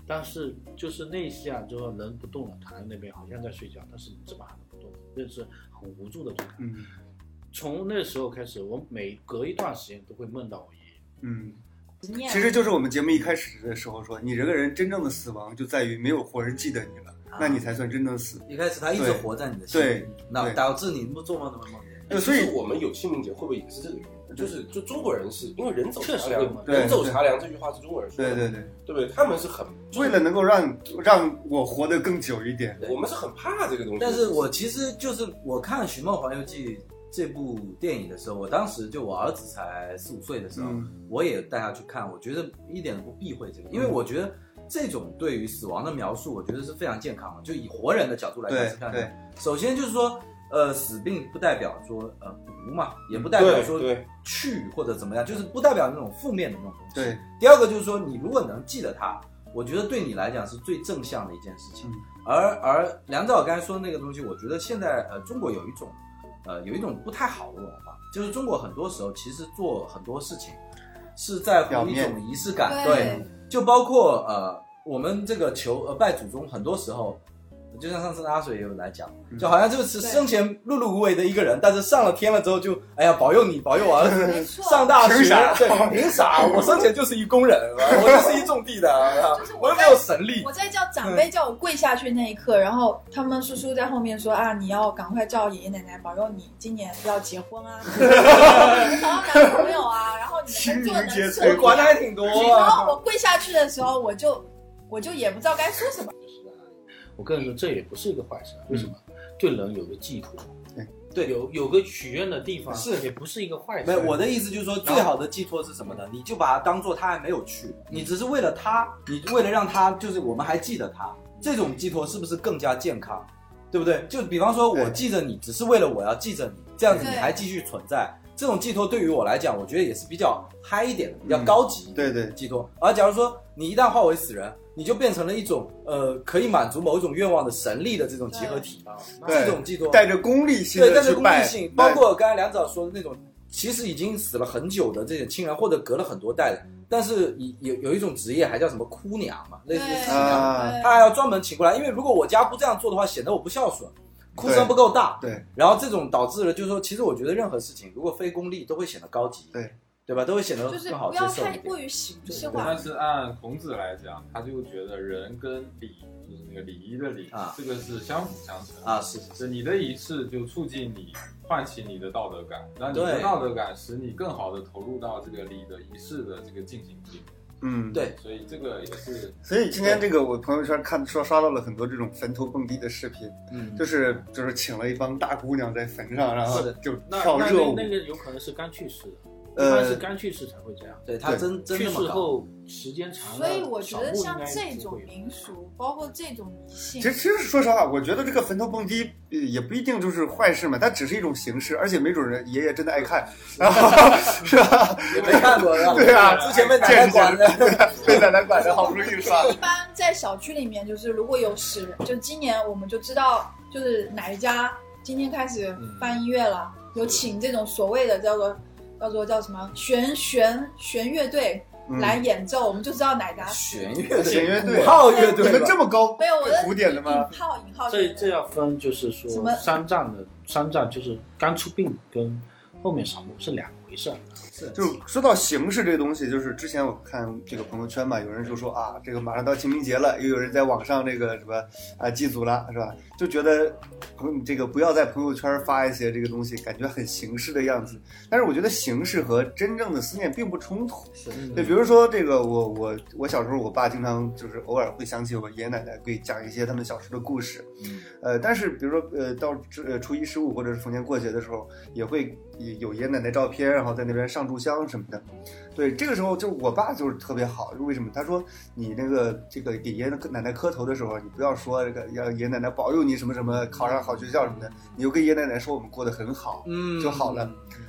但是就是那一下之后人不动了，躺在那边好像在睡觉，但是你怎么还能不动？这是很无助的状态。 嗯， 从那时候开始，我每隔一段时间都会梦到我爷爷。 嗯，其实就是我们节目一开始的时候说，你这个人真正的死亡就在于没有活人记得你了，啊、那你才算真正死。 一开始他一直活在你的心里， 对， 那导致你不做梦都会梦见。 对，所以我们有清明节会不会也是这个原因？就是就中国人是因为人走茶凉，人走茶凉这句话是中国人说的， 对对对， 对不对？他们是很为了能够让让我活得更久一点， 我们是很怕这个东西。 但是我其实就是我看《寻梦环游记》这部电影的时候，我当时就我儿子才四五岁的时候，嗯、我也带他去看，我觉得一点都不避讳这个，因为我觉得这种对于死亡的描述，我觉得是非常健康的，就以活人的角度来看是非常健康。首先就是说。呃，死并不代表说呃无嘛，也不代表说去或者怎么样，就是不代表那种负面的那种东西。 对。 第二个就是说，你如果能记得它，我觉得对你来讲是最正向的一件事情。嗯、而而梁导刚才说的那个东西，我觉得现在呃中国有一种呃有一种不太好的文化，就是中国很多时候其实做很多事情是在乎一种仪式感，对，就包括呃我们这个求呃拜祖宗，很多时候。就像上次阿水也有来讲，就好像就是生前碌碌无为的一个人，但是上了天了之后就，哎呀，保佑你，保佑我儿子上大学，对，凭啥？我生前就是一工人，我就是一种地的， 就是我又没有神力。 我在叫长辈叫我跪下去那一刻，然后他们叔叔在后面说啊，你要赶快叫爷爷奶奶保佑你今年要结婚啊，找到男朋友啊，然后你的工作能顺利， 我管的还挺多。 然后我跪下去的时候，我就我就也不知道该说什么。 我个人说，这也不是一个坏事，为什么？嗯、对人有个寄托， 对， 有有个许愿的地方， 是也不是一个坏事。 没有，我的意思就是说，最好的寄托是什么呢？你就把它当做他还没有去，你只是为了他，你为了让他，就是我们还记得他，这种寄托是不是更加健康？对不对？就比方说，我记着你，只是为了我要记着你，这样子你还继续存在。这种寄托对于我来讲，我觉得也是比较嗨一点的，比较高级一点的寄托。嗯、对对。而假如说你一旦化为死人，你就变成了一种呃可以满足某一种愿望的神力的这种集合体啊，这种寄托带着功利性， 对，带着功利性，包括刚才梁导说的那种，其实已经死了很久的这些亲人，或者隔了很多代的，但是有有一种职业还叫什么哭娘嘛，类似于哭娘，他还要专门请过来，因为如果我家不这样做的话，显得我不孝顺。哭声不够大， 对， 然后这种导致了，就是说，其实我觉得任何事情如果非功利，都会显得高级， 对， 对吧？都会显得更好接受一点。 就是不要太过于形式化。 但是按孔子来讲，他就觉得人跟礼，就是那个礼仪的礼，啊，这个是相辅相成啊，是是是， 你的仪式就促进你唤起你的道德感，让你的道德感使你更好的投入到这个礼的仪式的这个进行里面。 嗯， 对， 所以这个也是， 所以今天这个我朋友圈看说刷到了很多这种坟头蹦迪的视频，嗯，就是就是请了一帮大姑娘在坟上，然后就跳热舞， 那, 那, 那个有可能是刚去世的。一般是刚去世才会这样， 对他真真去世后时间长了， 所以我觉得像这种民俗，包括这种迷信， 其实其实说实话，我觉得这个坟头蹦迪也不一定就是坏事嘛，它只是一种形式，而且没准人爷爷真的爱看，然后是吧？ 也没看过， 对啊， 之前被奶奶管的， 被奶奶管的好不容易是吧？ 一般在小区里面，就是如果有死人，就今年我们就知道，就是哪一家今天开始办音乐了，有请这种所谓的叫做。叫做叫什么弦弦弦乐队来演奏，嗯、我们就知道哪家弦乐队、 弦乐队、 鼓号乐队， 你们这么高？ 没有我的古典的吗？ 引号引号。 这这要分，就是说丧葬的丧葬就是刚出殡跟后面扫墓是两回事。 就说到形式这个东西，就是之前我看这个朋友圈嘛，有人就说啊，这个马上到清明节了，又有人在网上这个什么啊祭祖了，是吧？就觉得朋这个不要在朋友圈发一些这个东西，感觉很形式的样子。但是我觉得形式和真正的思念并不冲突。对，比如说这个我我我小时候，我爸经常就是偶尔会想起我爷爷奶奶会讲一些他们小时的故事。呃，但是比如说呃到呃初一十五或者是逢年过节的时候，也会有爷爷奶奶照片，然后在那边上炷香什么的。对，这个时候就我爸就是特别好，为什么？他说你那个这个给爷爷奶奶磕头的时候，你不要说这个要爷爷奶奶保佑你什么什么考上好学校什么的，你就跟爷爷奶奶说我们过得很好，嗯，就好了。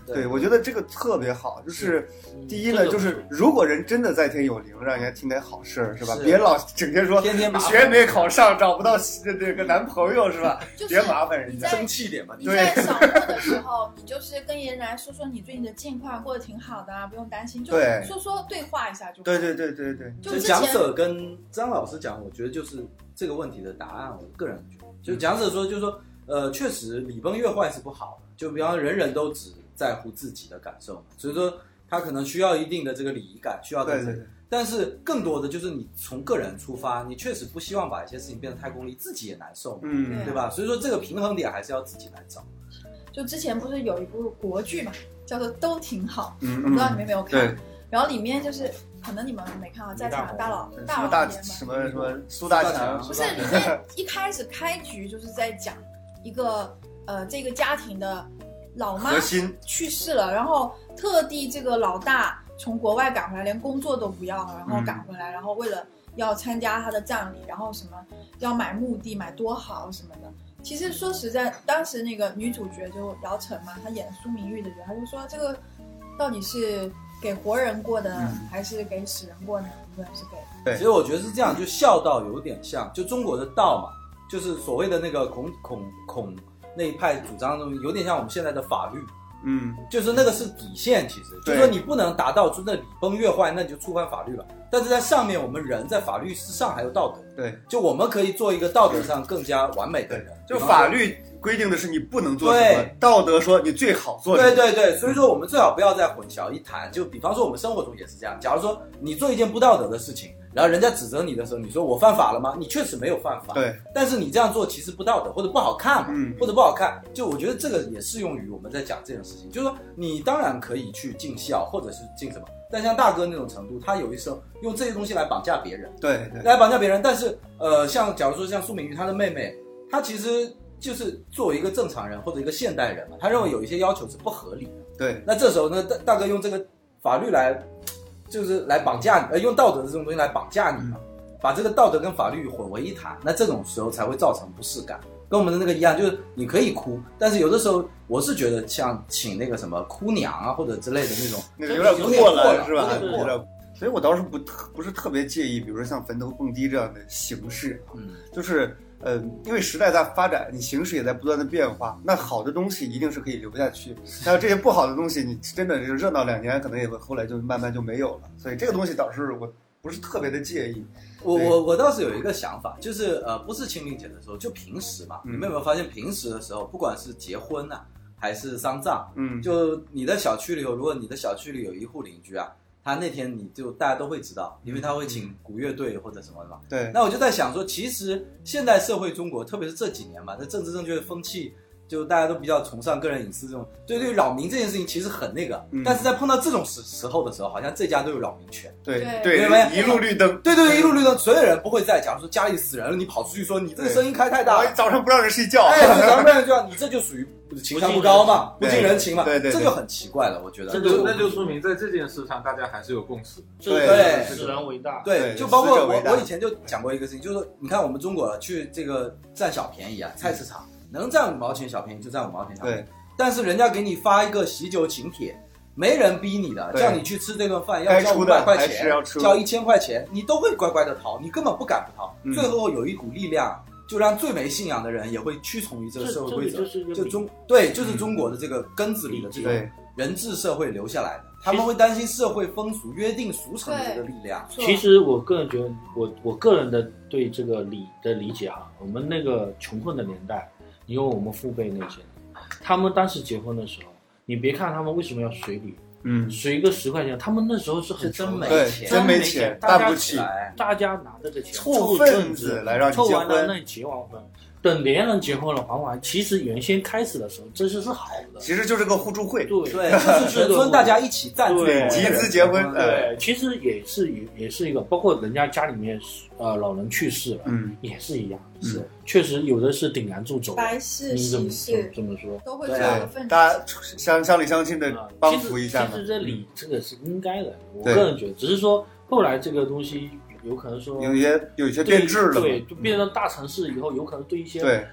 对，我觉得这个特别好，就是第一呢，就是如果人真的在天有灵，让人家听点好事儿，是吧？别老整天说天天学没考上，找不到这个男朋友，是吧？别麻烦人家， 生气点嘛。 你在扫墓的时候，你就是跟爷爷奶奶说说你最近的近况，过得挺好的啊，不用担心，就说说对话一下就。 对对对对对。 就蒋舍跟张老师讲，我觉得就是这个问题的答案。我个人觉得，就蒋舍说，就是说。呃，确实礼崩乐坏是不好的，就比方人人都只在乎自己的感受嘛，所以说他可能需要一定的这个礼仪感，需要对对对。但是更多的就是你从个人出发，你确实不希望把一些事情变得太功利，自己也难受嘛，嗯，对吧？所以说这个平衡点还是要自己来找。 就之前不是有一部国剧嘛，叫做《都挺好》，嗯，我不知道你们有没有看，然后里面就是。可能你们没看啊，在场大佬大大什么什么苏大强， 不是里面一开始开局就是在讲一个呃这个家庭的老妈去世了，然后特地这个老大从国外赶回来，连工作都不要，然后赶回来，然后为了要参加他的葬礼，然后什么要买墓地买多好什么的。其实说实在，当时那个女主角就姚晨嘛，她演苏明玉的角，她就说这个到底是。给活人过的、嗯、还是给死人过呢？无论是给对，其实我觉得是这样，就孝道有点像，就中国的道嘛，就是所谓的那个孔孔孔那一派主张的东西，有点像我们现在的法律，嗯，就是那个是底线，其实就是说你不能达到就那礼崩乐坏，那你就触犯法律了。但是在上面，我们人在法律之上还有道德，对，就我们可以做一个道德上更加完美的人。 就法律规定的是你不能做什么，道德说你最好做什么。 对对对，所以说我们最好不要再混淆一谈。就比方说我们生活中也是这样，假如说你做一件不道德的事情，然后人家指责你的时候，你说我犯法了吗？你确实没有犯法，对，但是你这样做其实不道德或者不好看嘛，嗯，或者不好看。就我觉得这个也适用于我们在讲这件事情，就是说你当然可以去尽孝，或者是尽什么。但像大哥那种程度，他有的时候用这些东西来绑架别人， 对对， 来绑架别人。但是，呃，像假如说像苏明玉她的妹妹，她其实就是作为一个正常人或者一个现代人嘛，他认为有一些要求是不合理的。 对， 那这时候呢，大大哥用这个法律来，就是来绑架你，呃，用道德的这种东西来绑架你嘛，把这个道德跟法律混为一谈，那这种时候才会造成不适感。跟我们的那个一样，就是你可以哭，但是有的时候我是觉得像请那个什么哭娘啊或者之类的那种， 那个有点过了是吧？有点，所以我倒是不特不是特别介意，比如说像坟头蹦迪这样的形式，嗯，就是呃，因为时代在发展，你形式也在不断的变化，那好的东西一定是可以留下去，还有这些不好的东西，你真的就热闹两年，可能也会后来就慢慢就没有了，所以这个东西倒是我不是特别的介意。 我我我倒是有一个想法，就是呃，不是清明节的时候，就平时嘛，嗯、你们有没有发现平时的时候，不管是结婚啊，还是丧葬，嗯，就你的小区里头，如果你的小区里有一户邻居啊，他那天你就大家都会知道，因为他会请古乐队或者什么的嘛。对。那我就在想说，其实现代社会中国，特别是这几年嘛，在政治正确的风气。就大家都比较崇尚个人隐私这种，对对扰民这件事情其实很那个，嗯、但是在碰到这种时时候的时候，好像这家都有扰民权。 对对对，一路绿灯。 对对对，一路绿灯，所有人不会再假如说家里死人了，你跑出去说你这个声音开太大， 早上不让人睡觉， 哎，早上不让人睡觉，你这就属于情商不高嘛，不近人情嘛，对对，这就很奇怪了，我觉得。 这就那就说明在这件事上大家还是有共识。 对， 死人为大。 对，就包括我我以前就讲过一个事情，就是说你看我们中国去这个占小便宜啊，菜市场。能占五毛钱小便宜就占五毛钱小便宜，但是人家给你发一个喜酒请帖，没人逼你的，叫你去吃这顿饭要交五百块钱，交一千块钱，你都会乖乖的掏，你根本不敢不掏。嗯、最后有一股力量，就让最没信仰的人也会屈从于这个社会规则。就中对，就是中国的这个根子里的这种人治社会留下来的，他们会担心社会风俗约定俗成的这个力量。 其实我个人觉得，我我个人的对这个礼的理解哈，我们那个穷困的年代。因为我们父辈那些，他们当时结婚的时候，你别看他们为什么要随礼，嗯，随个十块钱，他们那时候是很真没钱， 真没钱，大不起， 大家拿这个钱凑份子来让你结婚， 凑完了那结完婚，等连人结婚了还完，其实原先开始的时候这是是好的， 其实就是个互助会， 对对，就是全村大家一起赞助集资结婚， 对，其实也是也是一个，包括人家家里面呃老人去世了，嗯，也是一样，是确实有的是顶梁柱走， 白事喜事这么说都会做一份， 大家乡乡里乡亲的帮扶一下嘛。 其实这礼这个是应该的，我个人觉得，只是说后来这个东西。有可能说有一些有一些变质了， 对，就变成大城市以后，有可能对一些对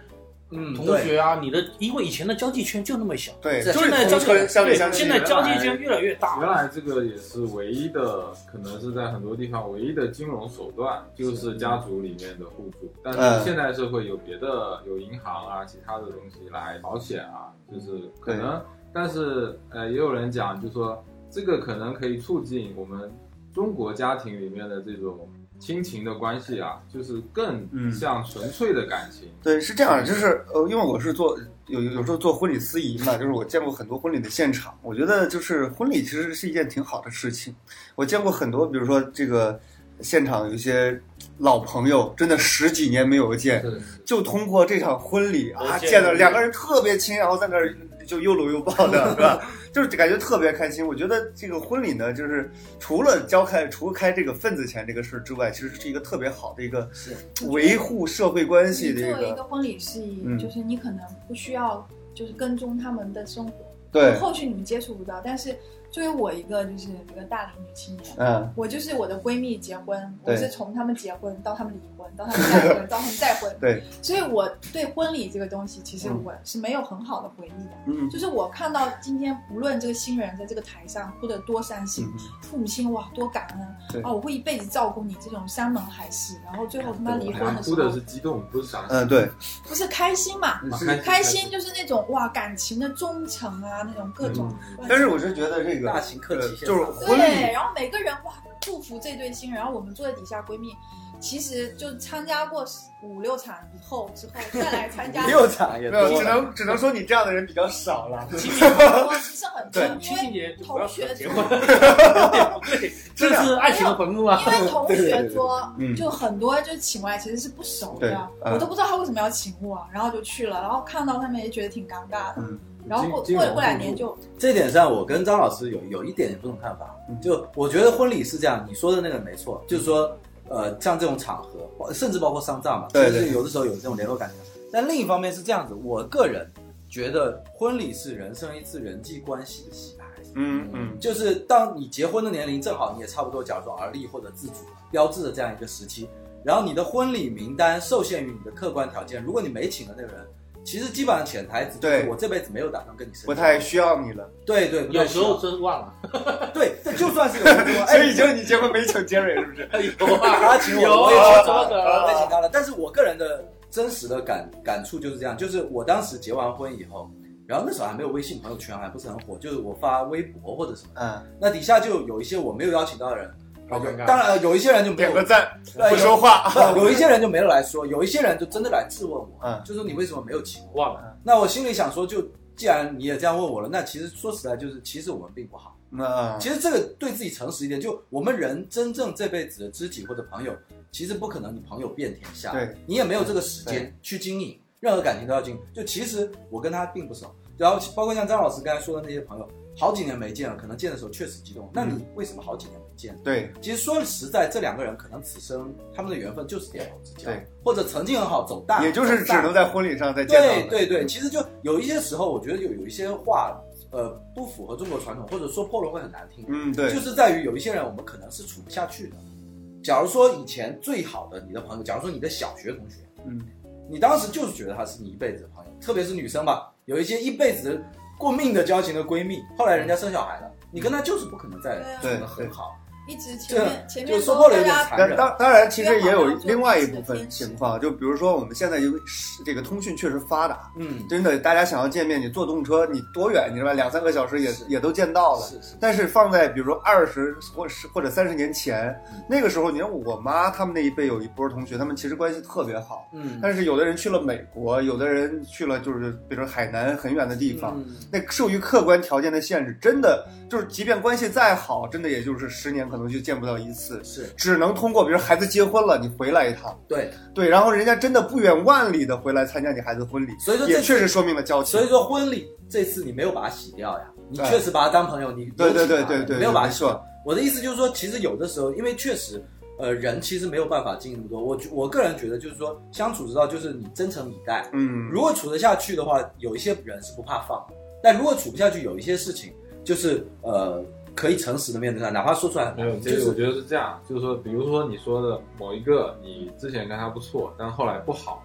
嗯，同学啊，你的因为以前的交际圈就那么小， 对， 现在交际对， 现在交际圈越来越大。 原来这个也是唯一的，可能是在很多地方唯一的金融手段，就是家族里面的互助。但是现代社会有别的，有银行啊，其他的东西来保险啊，就是可能，但是呃，也有人讲，就说这个可能可以促进我们中国家庭里面的这种亲情的关系啊，就是更像纯粹的感情。 嗯、对，是这样，就是呃，因为我是做有有时候做婚礼司仪嘛，就是我见过很多婚礼的现场，我觉得就是婚礼其实是一件挺好的事情。我见过很多，比如说这个现场有一些老朋友，真的十几年没有见，就通过这场婚礼啊，见到两个人特别亲，然后在那儿就又搂又抱的，是吧？就是感觉特别开心。我觉得这个婚礼呢，就是除了交开除开这个份子钱这个事之外，其实是一个特别好的一个维护社会关系的一个。 作为一个婚礼司仪，嗯、就是你可能不需要就是跟踪他们的生活， 对， 后续你们接触不到，但是。作为我一个就是一个大龄女青年， 嗯， 我就是我的闺蜜结婚，我是从他们结婚到他们离婚，到他们再婚，到他们再婚， 对， 所以我对婚礼这个东西，其实我是没有很好的回忆的。 嗯， 就是我看到今天，无论这个新人在这个台上哭得多伤心，嗯、父母亲哇多感恩啊，我会一辈子照顾你这种山盟海誓，然后最后他妈离婚的时候， 哭的是激动，不是伤心。 嗯，对， 不是开心嘛？ 开, 开心就是那种哇感情的忠诚啊，那种各种。 嗯、但是我是觉得这个大型客气。 就是婚礼， 对，然后每个人哇祝福这对新人，然后我们坐在底下闺蜜，其实就参加过五六场以后之后再来参加六场也没有，只能只能说你这样的人比较少了。 其实很多， 因为同学结婚，对，这是爱情的坟墓啊。 因为同学桌就很多就请过来其实是不熟的，我都不知道他为什么要请我，然后就去了，然后看到他们也觉得挺尴尬的。嗯，然后过过过两年就这点上，我跟张老师有有一点不同看法。就我觉得婚礼是这样，你说的那个没错，就是说，呃，像这种场合，甚至包括丧葬嘛， 对对，有的时候有这种联络感情。但另一方面是这样子，我个人觉得婚礼是人生一次人际关系的洗牌。 嗯嗯， 就是当你结婚的年龄正好你也差不多，假如说而立或者自主标志的这样一个时期，然后你的婚礼名单受限于你的客观条件，如果你没请的那个人。其实基本上潜台词就是我这辈子没有打算跟你生， 不太需要你了。 对对， 有时候真忘了。 对，这就算是有时候， 所以就是你结婚没请杰瑞是不是？ 有啊，他请我，我也请他了，我也请他了。但是我个人的真实的感感触就是这样，就是我当时结完婚以后，然后那时候还没有微信朋友圈，还不是很火，就是我发微博或者什么， 嗯， 那底下就有一些我没有邀请到的人。当然有一些人就没有点个赞不说话， 有一些人就没有来说，有一些人就真的来质问我， 嗯， 就说你为什么没有请我？ 忘了。 那我心里想说，就既然你也这样问我了，那其实说实在就是，其实我们并不好。 嗯， 其实这个对自己诚实一点，就我们人真正这辈子的知己或者朋友，其实不可能你朋友遍天下， 对， 你也没有这个时间去经营，任何感情都要经营。就其实我跟他并不熟，然后包括像张老师刚才说的那些朋友。好几年没见了，可能见的时候确实激动。那你为什么好几年没见？ 对， 其实说实在，这两个人可能此生他们的缘分就是点头之交， 对， 或者曾经很好走淡， 也就是只能在婚礼上再见到。 对对对，其实就有一些时候，我觉得有有一些话，呃，不符合中国传统，或者说破了会很难听。 嗯，对， 就是在于有一些人，我们可能是处不下去的。假如说以前最好的你的朋友，假如说你的小学同学， 嗯， 你当时就是觉得他是你一辈子的朋友，特别是女生吧，有一些一辈子的。过命的交情的闺蜜，后来人家生小孩了，你跟她就是不可能再处得很好。 一直前面前面就说破了有点残忍。 当当然，其实也有另外一部分情况，就比如说我们现在因为这个通讯确实发达， 嗯， 真的大家想要见面，你坐动车你多远，你是吧？两三个小时也也都见到了。 是是。 但是放在比如说二十或是或者三十年前，那个时候，你看我妈他们那一辈有一波同学，他们其实关系特别好， 嗯， 但是有的人去了美国，有的人去了就是比如说海南很远的地方， 嗯、 那受于客观条件的限制，真的就是即便关系再好，真的也就是十年可能就见不到一次。 是， 只能通过比如孩子结婚了，你回来一趟， 对对，然后人家真的不远万里的回来参加你孩子的婚礼， 所以说也确实说明了交情。 所以说婚礼这次你没有把它洗掉呀，你确实把他当朋友，你对对对对对， 没有把它洗掉。我的意思就是说，其实有的时候，因为确实，呃，人其实没有办法经营那么多。我我个人觉得就是说，相处之道就是你真诚以待， 嗯， 如果处得下去的话，有一些人是不怕放，但如果处不下去，有一些事情就是呃。可以诚实的面对他，哪怕说出来很没有，这个我觉得是这样，就是说，比如说你说的某一个，你之前跟他不错，但后来不好了，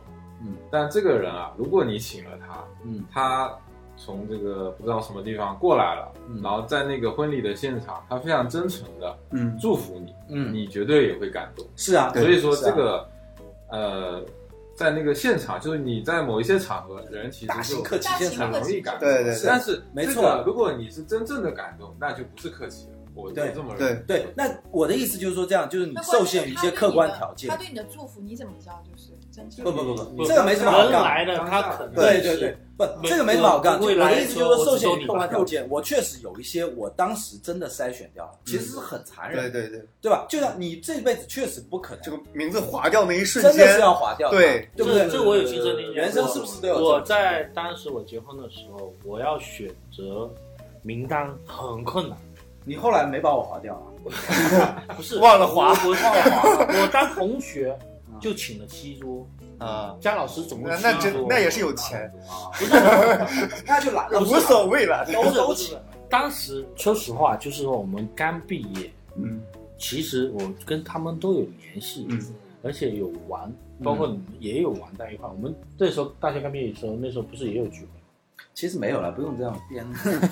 嗯，但这个人啊，如果你请了他， 嗯， 他从这个不知道什么地方过来了，嗯，然后在那个婚礼的现场，他非常真诚的，嗯，祝福你，嗯，你绝对也会感动。 是啊， 所以说这个，啊、呃。在那个现场，就是你在某一些场合，人其实就很容易感动。 对对对。 但是没错， 如果你是真正的感动，那就不是客气了。我就这么认为。对对。那我的意思就是说，这样就是你受限于一些客观条件。 他对你的祝福，你怎么知道就是真诚？ 不不不不，这个没什么好杠。 来的他可能。 对对对，不，这个没什么好杠。我的意思就是说，受限于客观条件，我确实有一些我当时真的筛选掉了，其实是很残忍。 对对对。 对吧？就像你这辈子确实不可能， 这个名字划掉那一瞬间， 真的是要划掉， 对对不对？ 这我有亲身经验。 人生是不是都有？ 我在当时我结婚的时候，我要选择名单很困难。 你后来没把我划掉啊？ 不是， 忘了划， 我忘了划。我当同学就请了七桌啊，姜老师总共那真那也是有钱啊，不是，那就懒了， 无所谓了， 都都请。当时说实话，就是说我们刚毕业，嗯。其实我跟他们都有联系，嗯，而且有玩，包括你们也有玩在一块。我们那时候大学刚毕业的时候，那时候不是也有聚会？ 其实没有了，不用这样编。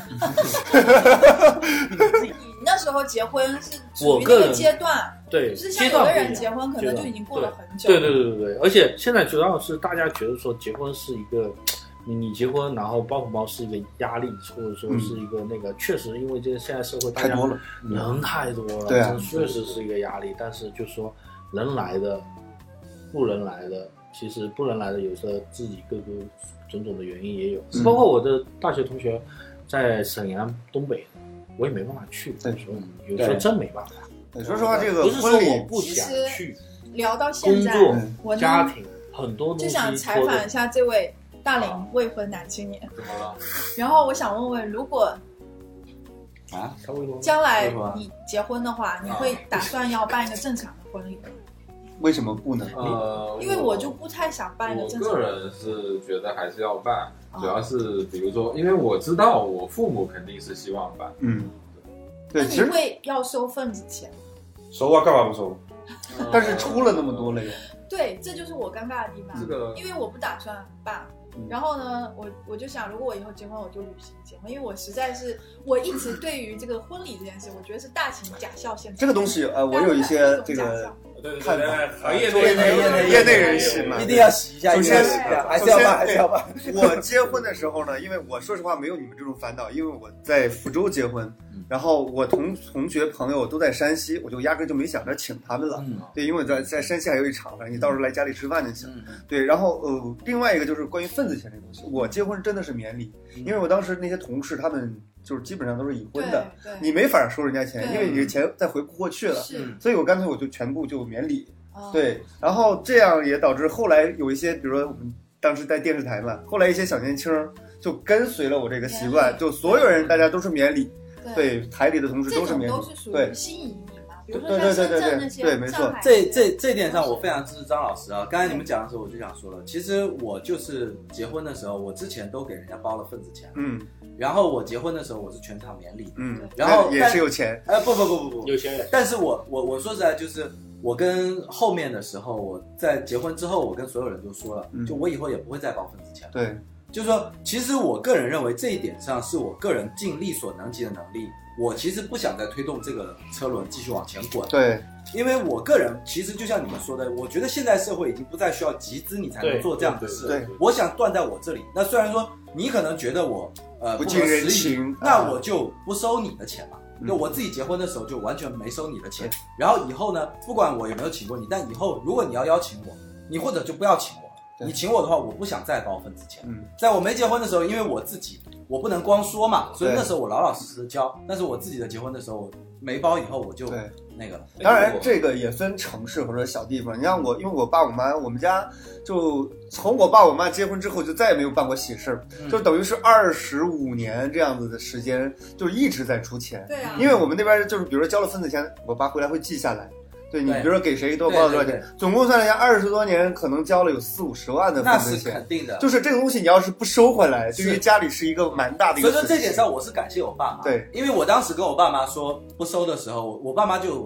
你那时候结婚是属于那个阶段， 对， 就是像有的人结婚可能就已经过了很久。 对对对对对，而且现在主要是大家觉得说结婚是一个。你你结婚，然后包红包是一个压力，或者说是一个那个，嗯、确实因为这个现在社会大家太多了， 人太多了， 对啊， 确实是一个压力。但是就说能来的，不能来的，其实不能来的，有时候自己各个种种的原因也有。嗯、包括我的大学同学在沈阳东北，我也没办法去，有时候有时候真没办法。 说实话，这个不是说我不想去， 聊到现在， 工作、家庭很多东西， 就想采访一下这位。大龄未婚男青年，怎么了？然后我想问问，如果啊， 将来你结婚的话，你会打算要办一个正常的婚礼吗？ 为什么不呢？ 呃， 因为我就不太想办一个正常的。 我个人是觉得还是要办，主要是比如说，因为我知道我父母肯定是希望办， 嗯，对。 那你会要收份子钱？ 收啊，干嘛不收？ 但是出了那么多了呀。 对，这就是我尴尬的地方。 这个， 因为我不打算办。然后呢，我我就想，如果我以后结婚，我就旅行结婚，因为我实在是，我一直对于这个婚礼这件事，我觉得是大型假笑现场。 这个东西，呃，我有一些这个看法， 行业内业业内人士嘛， 一定要洗一下。 首先， 还是要办，还是要办。 我结婚的时候呢，因为我说实话没有你们这种烦恼，因为我在福州结婚。然后我同同学朋友都在山西，我就压根就没想着请他们了。嗯、对，因为在在山西还有一场，反正你到时候来家里吃饭就行。嗯、对，然后呃，另外一个就是关于份子钱这个东西，我结婚真的是免礼，嗯、因为我当时那些同事他们就是基本上都是已婚的，你没法收人家钱，因为你的钱再回不过去了，所以我干脆我就全部就免礼。哦、对，然后这样也导致后来有一些，比如说我们当时在电视台嘛，后来一些小年轻就跟随了我这个习惯，就所有人大家都是免礼。对，台里的同事都是免礼， 这种都是属于新移民嘛，比如说像深圳那些， 对，没错。 这这这点上，我非常支持张老师啊。刚才你们讲的时候，我就想说了，其实我就是结婚的时候，我之前都给人家包了份子钱，嗯，然后我结婚的时候，我是全场免礼，嗯，然后也是有钱， 哎，不不不不不， 有钱人。 但是我我我说实在，就是我跟后面的时候，我在结婚之后，我跟所有人都说了，就我以后也不会再包份子钱了， 对。 就是说，其实我个人认为这一点上是我个人尽力所能及的能力。我其实不想再推动这个车轮继续往前滚。 对， 因为我个人其实就像你们说的，我觉得现在社会已经不再需要集资你才能做这样的事。 对， 我想断在我这里。那虽然说你可能觉得我呃不近人情， 那我就不收你的钱嘛。就我自己结婚的时候就完全没收你的钱。然后以后呢，不管我有没有请过你，但以后如果你要邀请我，你或者就不要请我。你请我的话，我不想再包份子钱。嗯，在我没结婚的时候，因为我自己我不能光说嘛，所以那时候我老老实实的交。但是我自己的结婚的时候没包，以后我就那个了。 当然，这个也分城市或者小地方。你像我，因为我爸我妈，我们家就从我爸我妈结婚之后就再也没有办过喜事，嗯、就等于是二十五年这样子的时间，就一直在出钱。 对啊， 因为我们那边就是比如说交了份子钱，我爸回来会记下来。对，你比如说给谁多包了多少钱，总共算了一下，二十多年可能交了有四五十万的份子钱， 那是肯定的。 就是这个东西，你要是不收回来，对于家里是一个蛮大的一个。 所以说这点上，我是感谢我爸妈。 对， 因为我当时跟我爸妈说不收的时候，我爸妈就完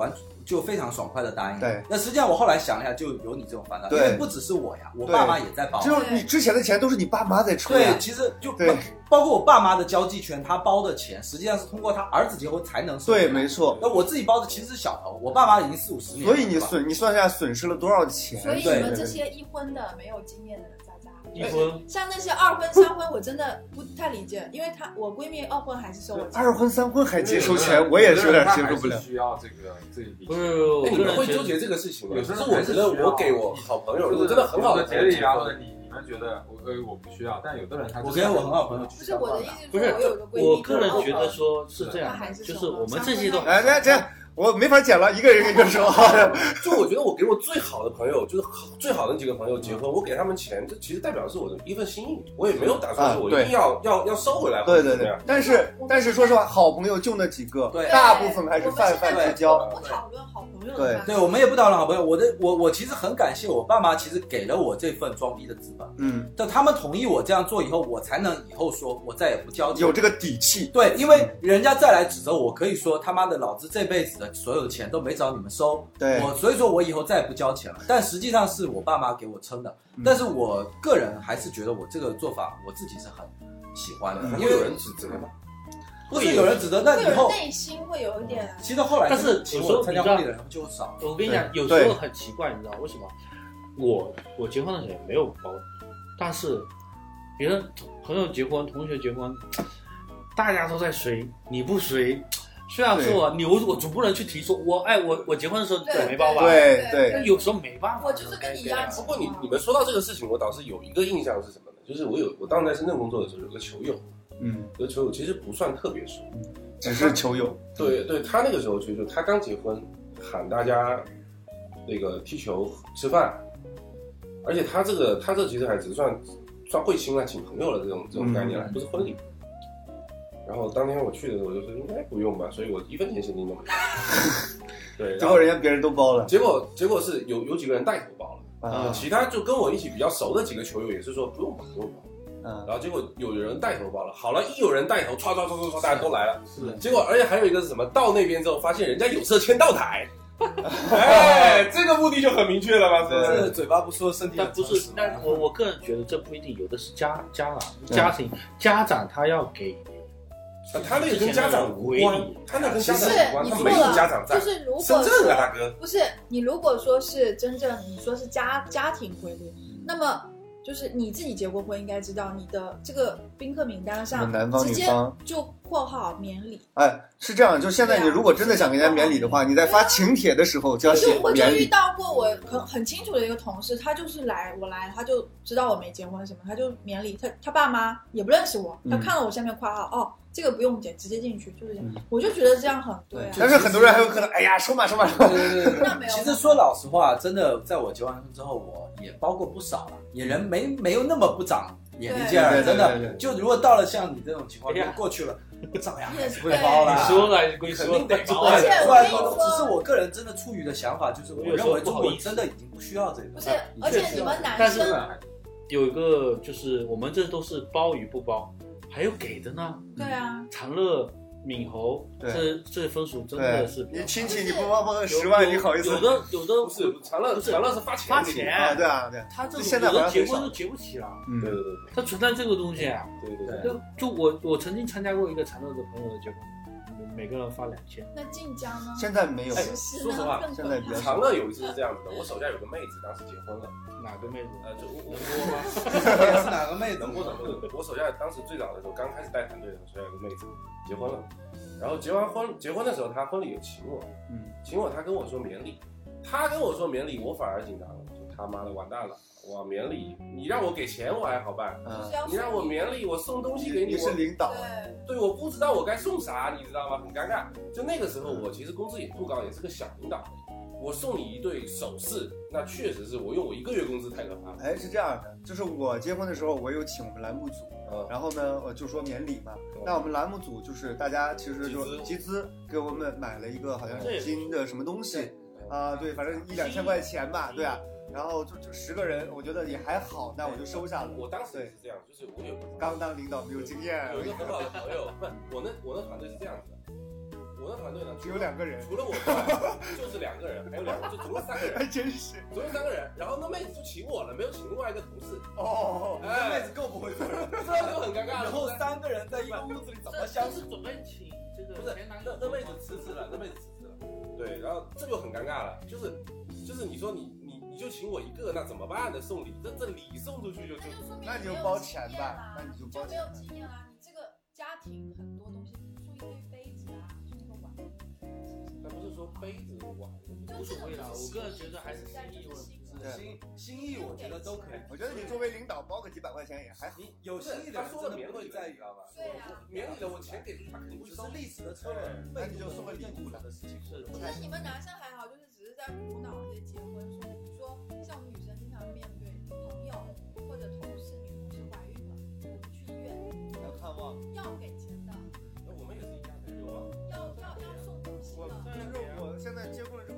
就非常爽快的答应了。 对， 那实际上我后来想一下，就有你这种烦恼，因为不只是我呀，我爸妈也在包， 就是你之前的钱都是你爸妈在出。 对，其实就对， 包括我爸妈的交际圈，他包的钱实际上是通过他儿子结婚才能收。 对，没错。 那我自己包的其实是小头，我爸妈已经四五十年了。 所以你损，你算下损失了多少钱？ 所以你们这些一婚的没有经验的人在家， 一婚像那些二婚三婚，我真的不太理解，因为他我闺蜜二婚还是收我钱， 二婚三婚还接收钱，我也是有点接受不了。 需要这个这一笔。 不是，我你们会纠结这个事情吗？ 有时候我觉得我给我好朋友，我真的很好的节礼啊，或者你你们觉得我呃我不需要，但有的人他我跟我很好朋友， 不是我的意思， 不是我有个闺蜜， 我个人觉得说是这样，就是我们这些都哎，这这。我没法讲了，一个人一个说。 就我觉得我给我最好的朋友，就是最好的那几个朋友结婚，我给他们钱，这其实代表是我的一份心意，我也没有打算说我一定要、啊、要要收回来。 对对对。但是但是说实话，好朋友就那几个，对，大部分还是泛泛之交。 不讨论好朋友。 对对，我们也不讨论好朋友。我的我我其实很感谢我爸妈，其实给了我这份装逼的资本。 嗯。 但他们同意我这样做以后，我才能以后说我再也不交钱。 有这个底气。 对，因为人家再来指责我，可以说他妈的老子这辈子的所有的钱都没找你们收， 对我，所以说我以后再也不交钱了。但实际上是我爸妈给我撑的，嗯、但是我个人还是觉得我这个做法我自己是很喜欢的， 嗯、 因为有人指责嘛， 不是有人指责，但以后内心会有一点。 其实后来， 但是有时候参加婚礼的人就少。 我跟你讲，有时候很奇怪，你知道为什么？我我结婚的时候也没有包，但是别人朋友结婚、同学结婚，大家都在随，你不随。虽然说我牛，我总不能去提说，我哎，我我结婚的时候我没包吧？ 对对。 但有时候没办法。 我就是跟你一样。 不过你你们说到这个事情，我倒是有一个印象是什么呢？就是我有我当时在深圳工作的时候，有个球友， 嗯， 有个球友其实不算特别熟， 只是球友。 对对，他那个时候就就他刚结婚，喊大家那个踢球吃饭，而且他这个他这其实还只算算会亲啊，请朋友了这种这种概念了，不是婚礼。然后当天我去的时候，我就说应该不用吧，所以我一分钱现金都没有。对， 结果人家别人都包了。 结果结果是有有几个人带头包了， 啊、 呃，其他就跟我一起比较熟的几个球友也是说不用包，不用包。嗯，然后结果有人带头包了，好了，一有人带头，唰唰唰唰唰，大家都来了。是。结果而且还有一个是什么？到那边之后发现人家有车牵到台。哎，这个目的就很明确了吧？ 是嘴巴不说，身体但不是。但我我个人觉得这不一定，有的是家家长家庭家长他要给。 他那个跟家长无关，他那跟家长无关，他没有家长在。 就是如果深圳啊，大哥， 不是你如果说是真正你说是家家庭婚礼，那么就是你自己结过婚，应该知道你的这个宾客名单上直接就括号免礼。 哎，是这样，就现在你如果真的想给人家免礼的话，你在发请帖的时候就要写免礼。 我就遇到过我很很清楚的一个同事，他就是来我来，他就知道我没结婚什么，他就免礼，他他爸妈也不认识我，他看了我下面括号哦。这个不用剪，直接进去就是这样。嗯、我就觉得这样很对、啊。 但是很多人还有可能，哎呀，收嘛收嘛收嘛。 对对对对。那没有。其实说老实话，真的，在我结完婚之后，我也包过不少了，也人没没有那么不长眼力劲儿，真的。就如果到了像你这种情况，过去了，照样还是会包啦。 你说了，归说， 肯定得包。 而且我跟你说，只是我个人真的出于的想法，就是我认为中国真的已经不需要这个。 不是，而且你们男生有一个就是我们这都是包与不包。还有给的呢， 对啊， 长乐、闽侯，这这风俗真的是， 你亲戚你不包包个十万，你好意思？ 有的有的不是长乐，长乐是发钱发钱啊，对啊对。 他这现在有的结婚都结不起了， 嗯，对对对， 他存在这个东西啊， 对对对， 就就我我曾经参加过一个长乐的朋友的结婚。每个人发两千， 那晋江呢？ 现在没有。 哎，说实话， 现在比较长乐有一次是这样子的，我手下有个妹子，当时结婚了。 哪个妹子？ 呃，就我我我是哪个妹子？ 能播能播。我手下当时最早的时候，刚开始带团队的时候，手下有个妹子结婚了，然后结完婚结婚的时候，她婚礼有请我，嗯，请我，她跟我说免礼，她跟我说免礼，我反而紧张了，就他妈的完蛋了。哇，免礼！你让我给钱我还好办，嗯、你让我免礼，我送东西给你， 你是领导， 对，我不知道我该送啥，你知道吗？很尴尬。就那个时候，我其实工资也不高，也是个小领导。我送你一对首饰，那确实是我用我一个月工资太可怕了。 哎，是这样的，就是我结婚的时候，我有请我们栏目组，嗯、然后呢，我就说免礼嘛。嗯、那我们栏目组就是大家其实就集资给我们买了一个好像是金的什么东西啊、呃，对，反正一两千块钱吧，对啊。然后就就十个人，我觉得也还好，那我就收下了。 我当时也是这样，就是我有刚当领导没有经验， 有一个很好的朋友，不，我那我那团队是这样子的， 我的团队呢只有两个人， 除了我之外就是两个人，还有两个，就总共三个人， 还真是总共三个人。然后那妹子就请我了，没有请另外一个同事。 哦，那妹子更不会做人， 这就很尴尬了。 然后三个人在一个屋子里怎么相处？ 是准备请这个不是那那妹子辞职了，那妹子辞职了。对，然后这就很尴尬了，就是就是你说你你你就请我一个，那怎么办呢？送礼，这这礼送出去就就那你就包钱吧，那你就包钱。就没有经验啊，你这个家庭很多东西，比如说一堆杯子啊，就那个碗。 那不是说杯子碗无所谓啦，我个人觉得还是心意问题。 心心意我觉得都可以。 我觉得你作为领导包个几百块钱也还好。 你有心意的人真的不会在意，知道吧？ 对啊， 免礼的我钱给他肯定不收。历史的车轮， 那你就送个礼物的事情是。 其实你们男生还好，就是只是在苦恼这些结婚，说比如说像我们女生经常面对朋友或者同事，女同事怀孕了，我们去医院要看望， 要给钱的。 那我们也是一样的，有啊， 要要要送东西的。 就是我现在结婚了之后。